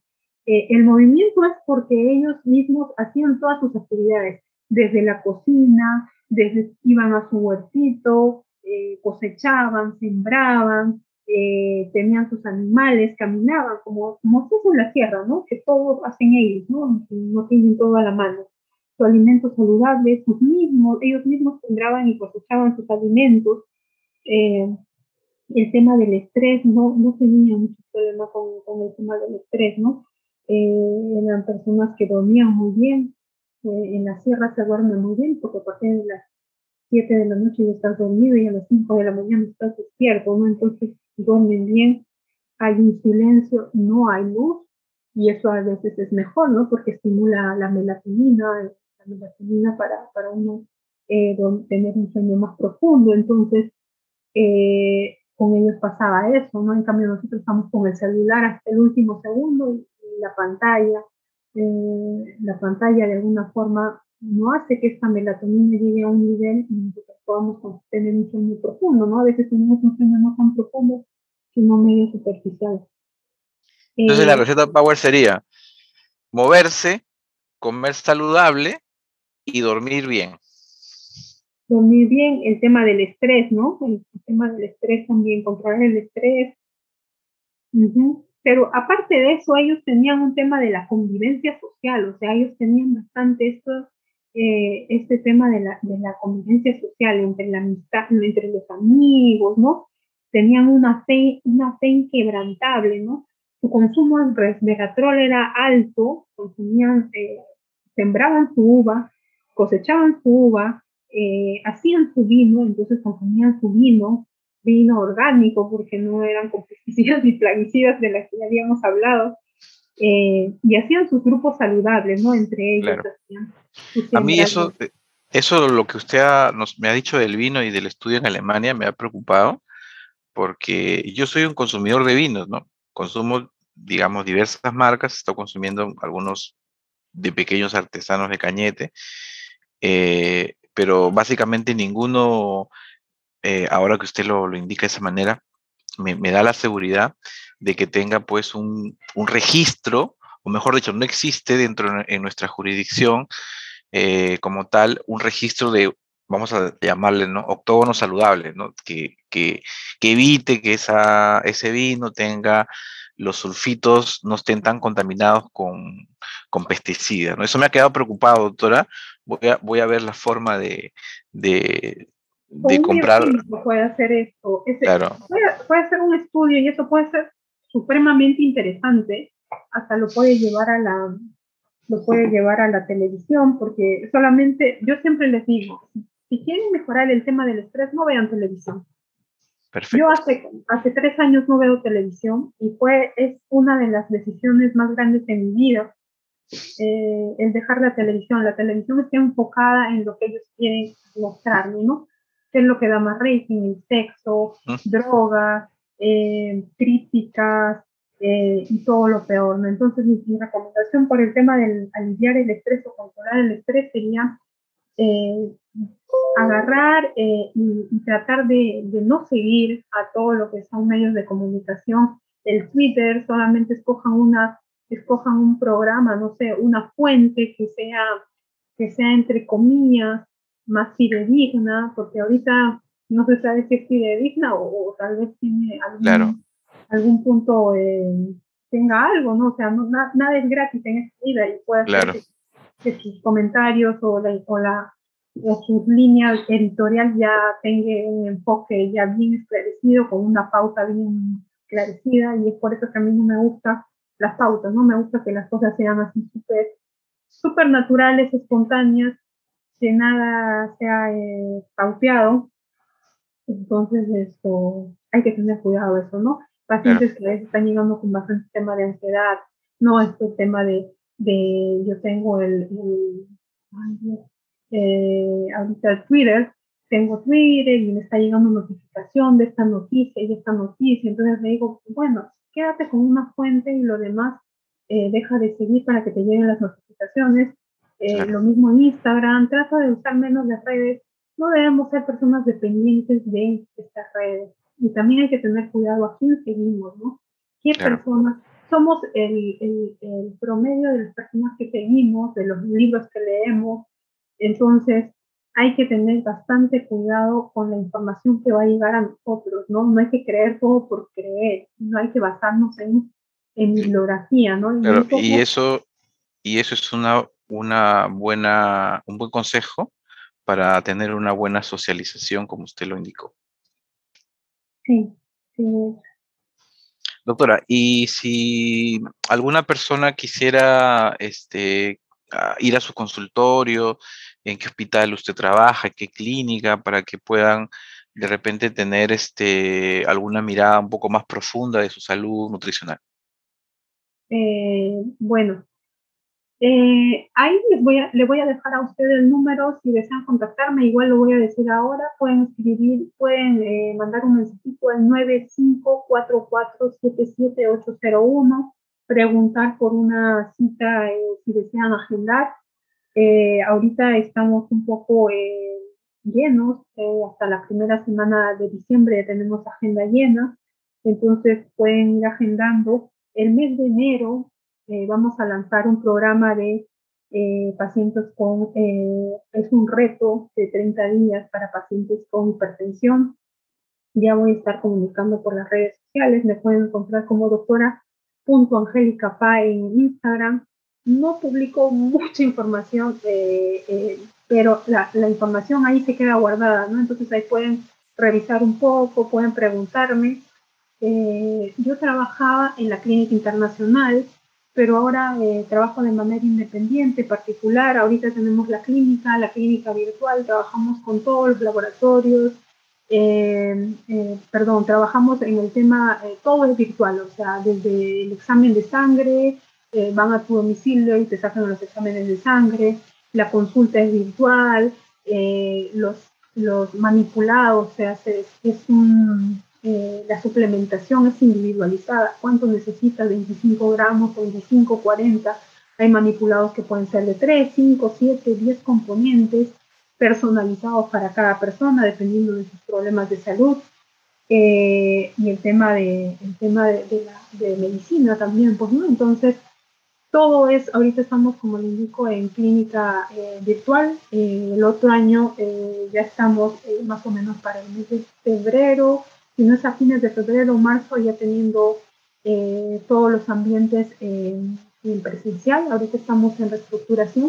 Eh, el movimiento es porque ellos mismos hacían todas sus actividades, desde la cocina, desde iban a su huertito, eh, cosechaban, sembraban, eh, tenían sus animales, caminaban, como, como se hace en la tierra, ¿no? Que todo hacen ellos, ¿no? No tienen todo a la mano. Su alimento saludable, sus mismos, ellos mismos sembraban y cosechaban sus alimentos. Eh, el tema del estrés, no, no tenía mucho problema con, con el tema del estrés, ¿no? Eh, eran personas que dormían muy bien, eh, en la sierra se duerme muy bien, porque a partir de las siete de la noche ya estás dormido y a las cinco de la mañana estás despierto, ¿no? Entonces duermen bien, hay un silencio, no hay luz, y eso a veces es mejor, ¿no? Porque estimula la melatonina, la melatonina para, para uno eh, tener un sueño más profundo, entonces eh, con ellos pasaba eso, ¿no? En cambio nosotros estamos con el celular hasta el último segundo y, y la pantalla, eh, la pantalla de alguna forma no hace que esta melatonina llegue a un nivel y nosotros podamos tener un sueño profundo, ¿no? A veces tenemos un sueño no tan profundo, sino medio superficial. Entonces la Eh, receta Power sería moverse, comer saludable y dormir bien. Dormir bien, el tema del estrés, ¿no? El, el tema del estrés también, controlar el estrés. Uh-huh. Pero aparte de eso, ellos tenían un tema de la convivencia social, o sea, ellos tenían bastante esto, eh, este tema de la, de la convivencia social entre la amistad, entre los amigos, ¿no? Tenían una fe, una fe inquebrantable, ¿no? Su consumo de resveratrol era alto, consumían, eh, sembraban su uva, cosechaban su uva, eh, hacían su vino, entonces consumían su vino, vino orgánico, porque no eran con pesticidas y plaguicidas de las que ya habíamos hablado, eh, y hacían sus grupos saludables, ¿no? Entre ellos Claro. hacían sus A mí sembrados. eso, eso lo que usted ha- nos, me ha dicho del vino y del estudio en Alemania me ha preocupado porque yo soy un consumidor de vinos, ¿no? Consumo, digamos, diversas marcas, estoy consumiendo algunos de pequeños artesanos de Cañete, eh, pero básicamente ninguno, eh, ahora que usted lo, lo indica de esa manera, me, me da la seguridad de que tenga pues un, un registro, o mejor dicho, no existe dentro de en nuestra jurisdicción eh, como tal un registro de, vamos a llamarle, ¿no? Octógonos saludables, ¿no? Que, que, que evite que esa, ese vino tenga los sulfitos, no estén tan contaminados con, con pesticidas, ¿no? Eso me ha quedado preocupado, doctora. Voy a, voy a ver la forma de, de, Con de un comprar, bioquímico puede hacer esto, ese, claro, puede, puede hacer un estudio y eso puede ser supremamente interesante, hasta lo puede llevar a la, lo puede llevar a la televisión, porque solamente, yo siempre les digo, si quieren mejorar el tema del estrés, no vean televisión. Yo perfecto. hace, hace tres años no veo televisión y fue, es una de las decisiones más grandes de mi vida, eh, el dejar la televisión. La televisión está enfocada en lo que ellos quieren mostrarme, ¿no? ¿Qué es lo que da más rating? El sexo, ¿Mm? drogas, eh, críticas eh, y todo lo peor, ¿no? Entonces mi, mi recomendación por el tema del aliviar el estrés o controlar el estrés sería eh, agarrar eh, y, y, tratar de, de, no seguir a todo lo que son medios de comunicación. El Twitter, solamente escojan una, escojan un programa, no sé, una fuente que sea, que sea entre comillas, más fidedigna, porque ahorita no se sabe si es fidedigna o, o tal vez tiene Claro, algún, algún punto, eh, tenga algo, ¿no? O sea, no, na, nada es gratis en esta vida y puede ser claro, que, que sus comentarios o la, o la o su línea editorial ya tenga un enfoque ya bien esclarecido, con una pauta bien esclarecida, y es por eso que a mí no me gustan las pautas, no me gusta que las cosas sean así súper super naturales, espontáneas, que nada sea eh, pauteado. Entonces esto, hay que tener cuidado eso, ¿no? claro. Pacientes que a veces están llegando con bastante tema de ansiedad, no este tema de, de yo tengo el, el ay, Dios, eh, ahorita el Twitter, tengo Twitter y me está llegando notificación de esta noticia y de esta noticia, entonces le digo, bueno, quédate con una fuente y lo demás eh, deja de seguir para que te lleguen las notificaciones. Eh, Claro. lo mismo en Instagram, trata de usar menos las redes, no debemos ser personas dependientes de estas redes. Y también hay que tener cuidado a quién seguimos, ¿no? ¿Qué Claro. personas somos el, el, el promedio de las personas que seguimos, de los libros que leemos, entonces hay que tener bastante cuidado con la información que va a llegar a nosotros, ¿no? No hay que creer todo por creer, no hay que basarnos en, en bibliografía, ¿no? Y Claro, un y poco, eso, y eso es una, una buena, un buen consejo para tener una buena socialización, como usted lo indicó. sí, sí, Doctora, y si alguna persona quisiera este, a- ir a su consultorio, ¿en qué hospital usted trabaja, qué clínica, para que puedan de repente tener este, alguna mirada un poco más profunda de su salud nutricional? eh, bueno, Eh, ahí les voy a, le voy a dejar a usted el número si desean contactarme, igual lo voy a decir ahora, pueden escribir, pueden eh, mandar un mensajito al nueve cinco cuatro cuatro siete siete ocho cero uno, preguntar por una cita eh, si desean agendar. Eh, ahorita estamos un poco eh, llenos, eh, hasta la primera semana de diciembre tenemos agenda llena, entonces pueden ir agendando. El mes de enero eh, vamos a lanzar un programa de eh, pacientes con, eh, es un reto de treinta días para pacientes con hipertensión. Ya voy a estar comunicando por las redes sociales, me pueden encontrar como doctora punto Angélica Pa en Instagram. No publico mucha información, eh, eh, pero la, la información ahí se queda guardada, ¿no? Entonces ahí pueden revisar un poco, pueden preguntarme. Eh, yo trabajaba en la clínica internacional, pero ahora eh, trabajo de manera independiente, particular. Ahorita tenemos la clínica, la clínica virtual, trabajamos con todos los laboratorios, eh, eh, perdón, trabajamos en el tema, eh, todo es virtual, o sea, desde el examen de sangre, eh, van a tu domicilio y te sacan los exámenes de sangre, la consulta es virtual, eh, los, los manipulados, o sea, se, es un, eh, la suplementación es individualizada, cuánto necesitas, veinticinco gramos, veinticinco, cuarenta, hay manipulados que pueden ser de tres, cinco, siete, diez componentes, personalizados para cada persona, dependiendo de sus problemas de salud. Eh, y el tema de, el tema de, de, la, de medicina también, pues, ¿no? Entonces, todo es, ahorita estamos, como le indico, en clínica eh, virtual. Eh, el otro año eh, ya estamos eh, más o menos para el mes de febrero, si no es a fines de febrero o marzo, ya teniendo eh, todos los ambientes eh, en presencial. Ahorita estamos en reestructuración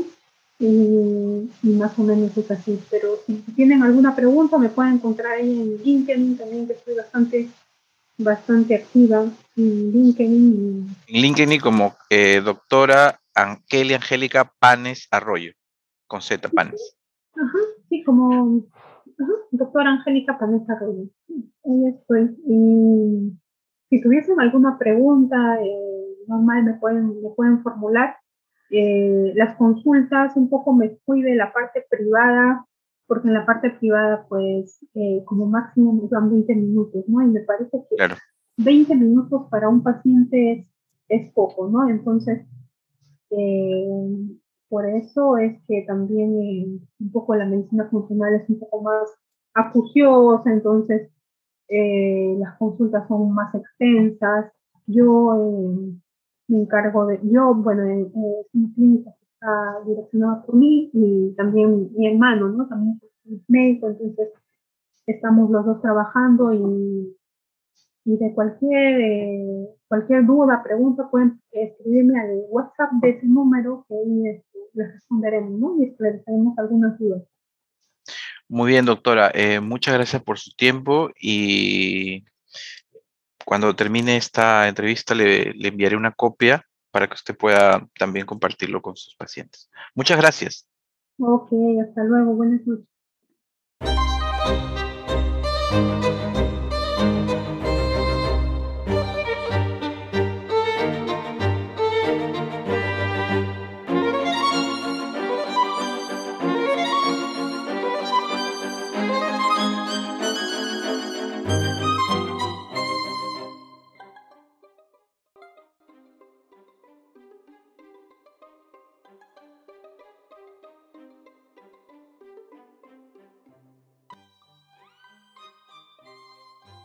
y, y, más o menos es así. Pero si tienen alguna pregunta, me pueden encontrar ahí en LinkedIn también, que estoy bastante, bastante activa en LinkedIn. En LinkedIn como eh, doctora Kelly Angélica Panes Arroyo, con Z, Panes. Ajá, sí, como ajá, doctora Angélica Panessa Reyes. Sí, ahí estoy. Y si tuviesen alguna pregunta, eh, normal me pueden, me pueden formular. Eh, las consultas, un poco me fui de la parte privada, porque en la parte privada, pues, eh, como máximo me dan veinte minutos, ¿no? Y me parece que Claro. veinte minutos para un paciente es, es poco, ¿no? Entonces, eh, por eso es que también eh, un poco la medicina funcional es un poco más acuciosa, entonces eh, las consultas son más extensas. Yo eh, me encargo de, yo, bueno, eh, es una clínica que está direccionada por mí y también mi hermano, ¿no? También es médico, entonces estamos los dos trabajando y y de cualquier, eh, cualquier duda, pregunta, pueden escribirme al WhatsApp de ese número que ahí este, les responderemos, ¿no? Y esclareceremos algunas dudas. Muy bien, doctora. Eh, muchas gracias por su tiempo y cuando termine esta entrevista le, le enviaré una copia para que usted pueda también compartirlo con sus pacientes. Muchas gracias. Ok, hasta luego, buenas noches.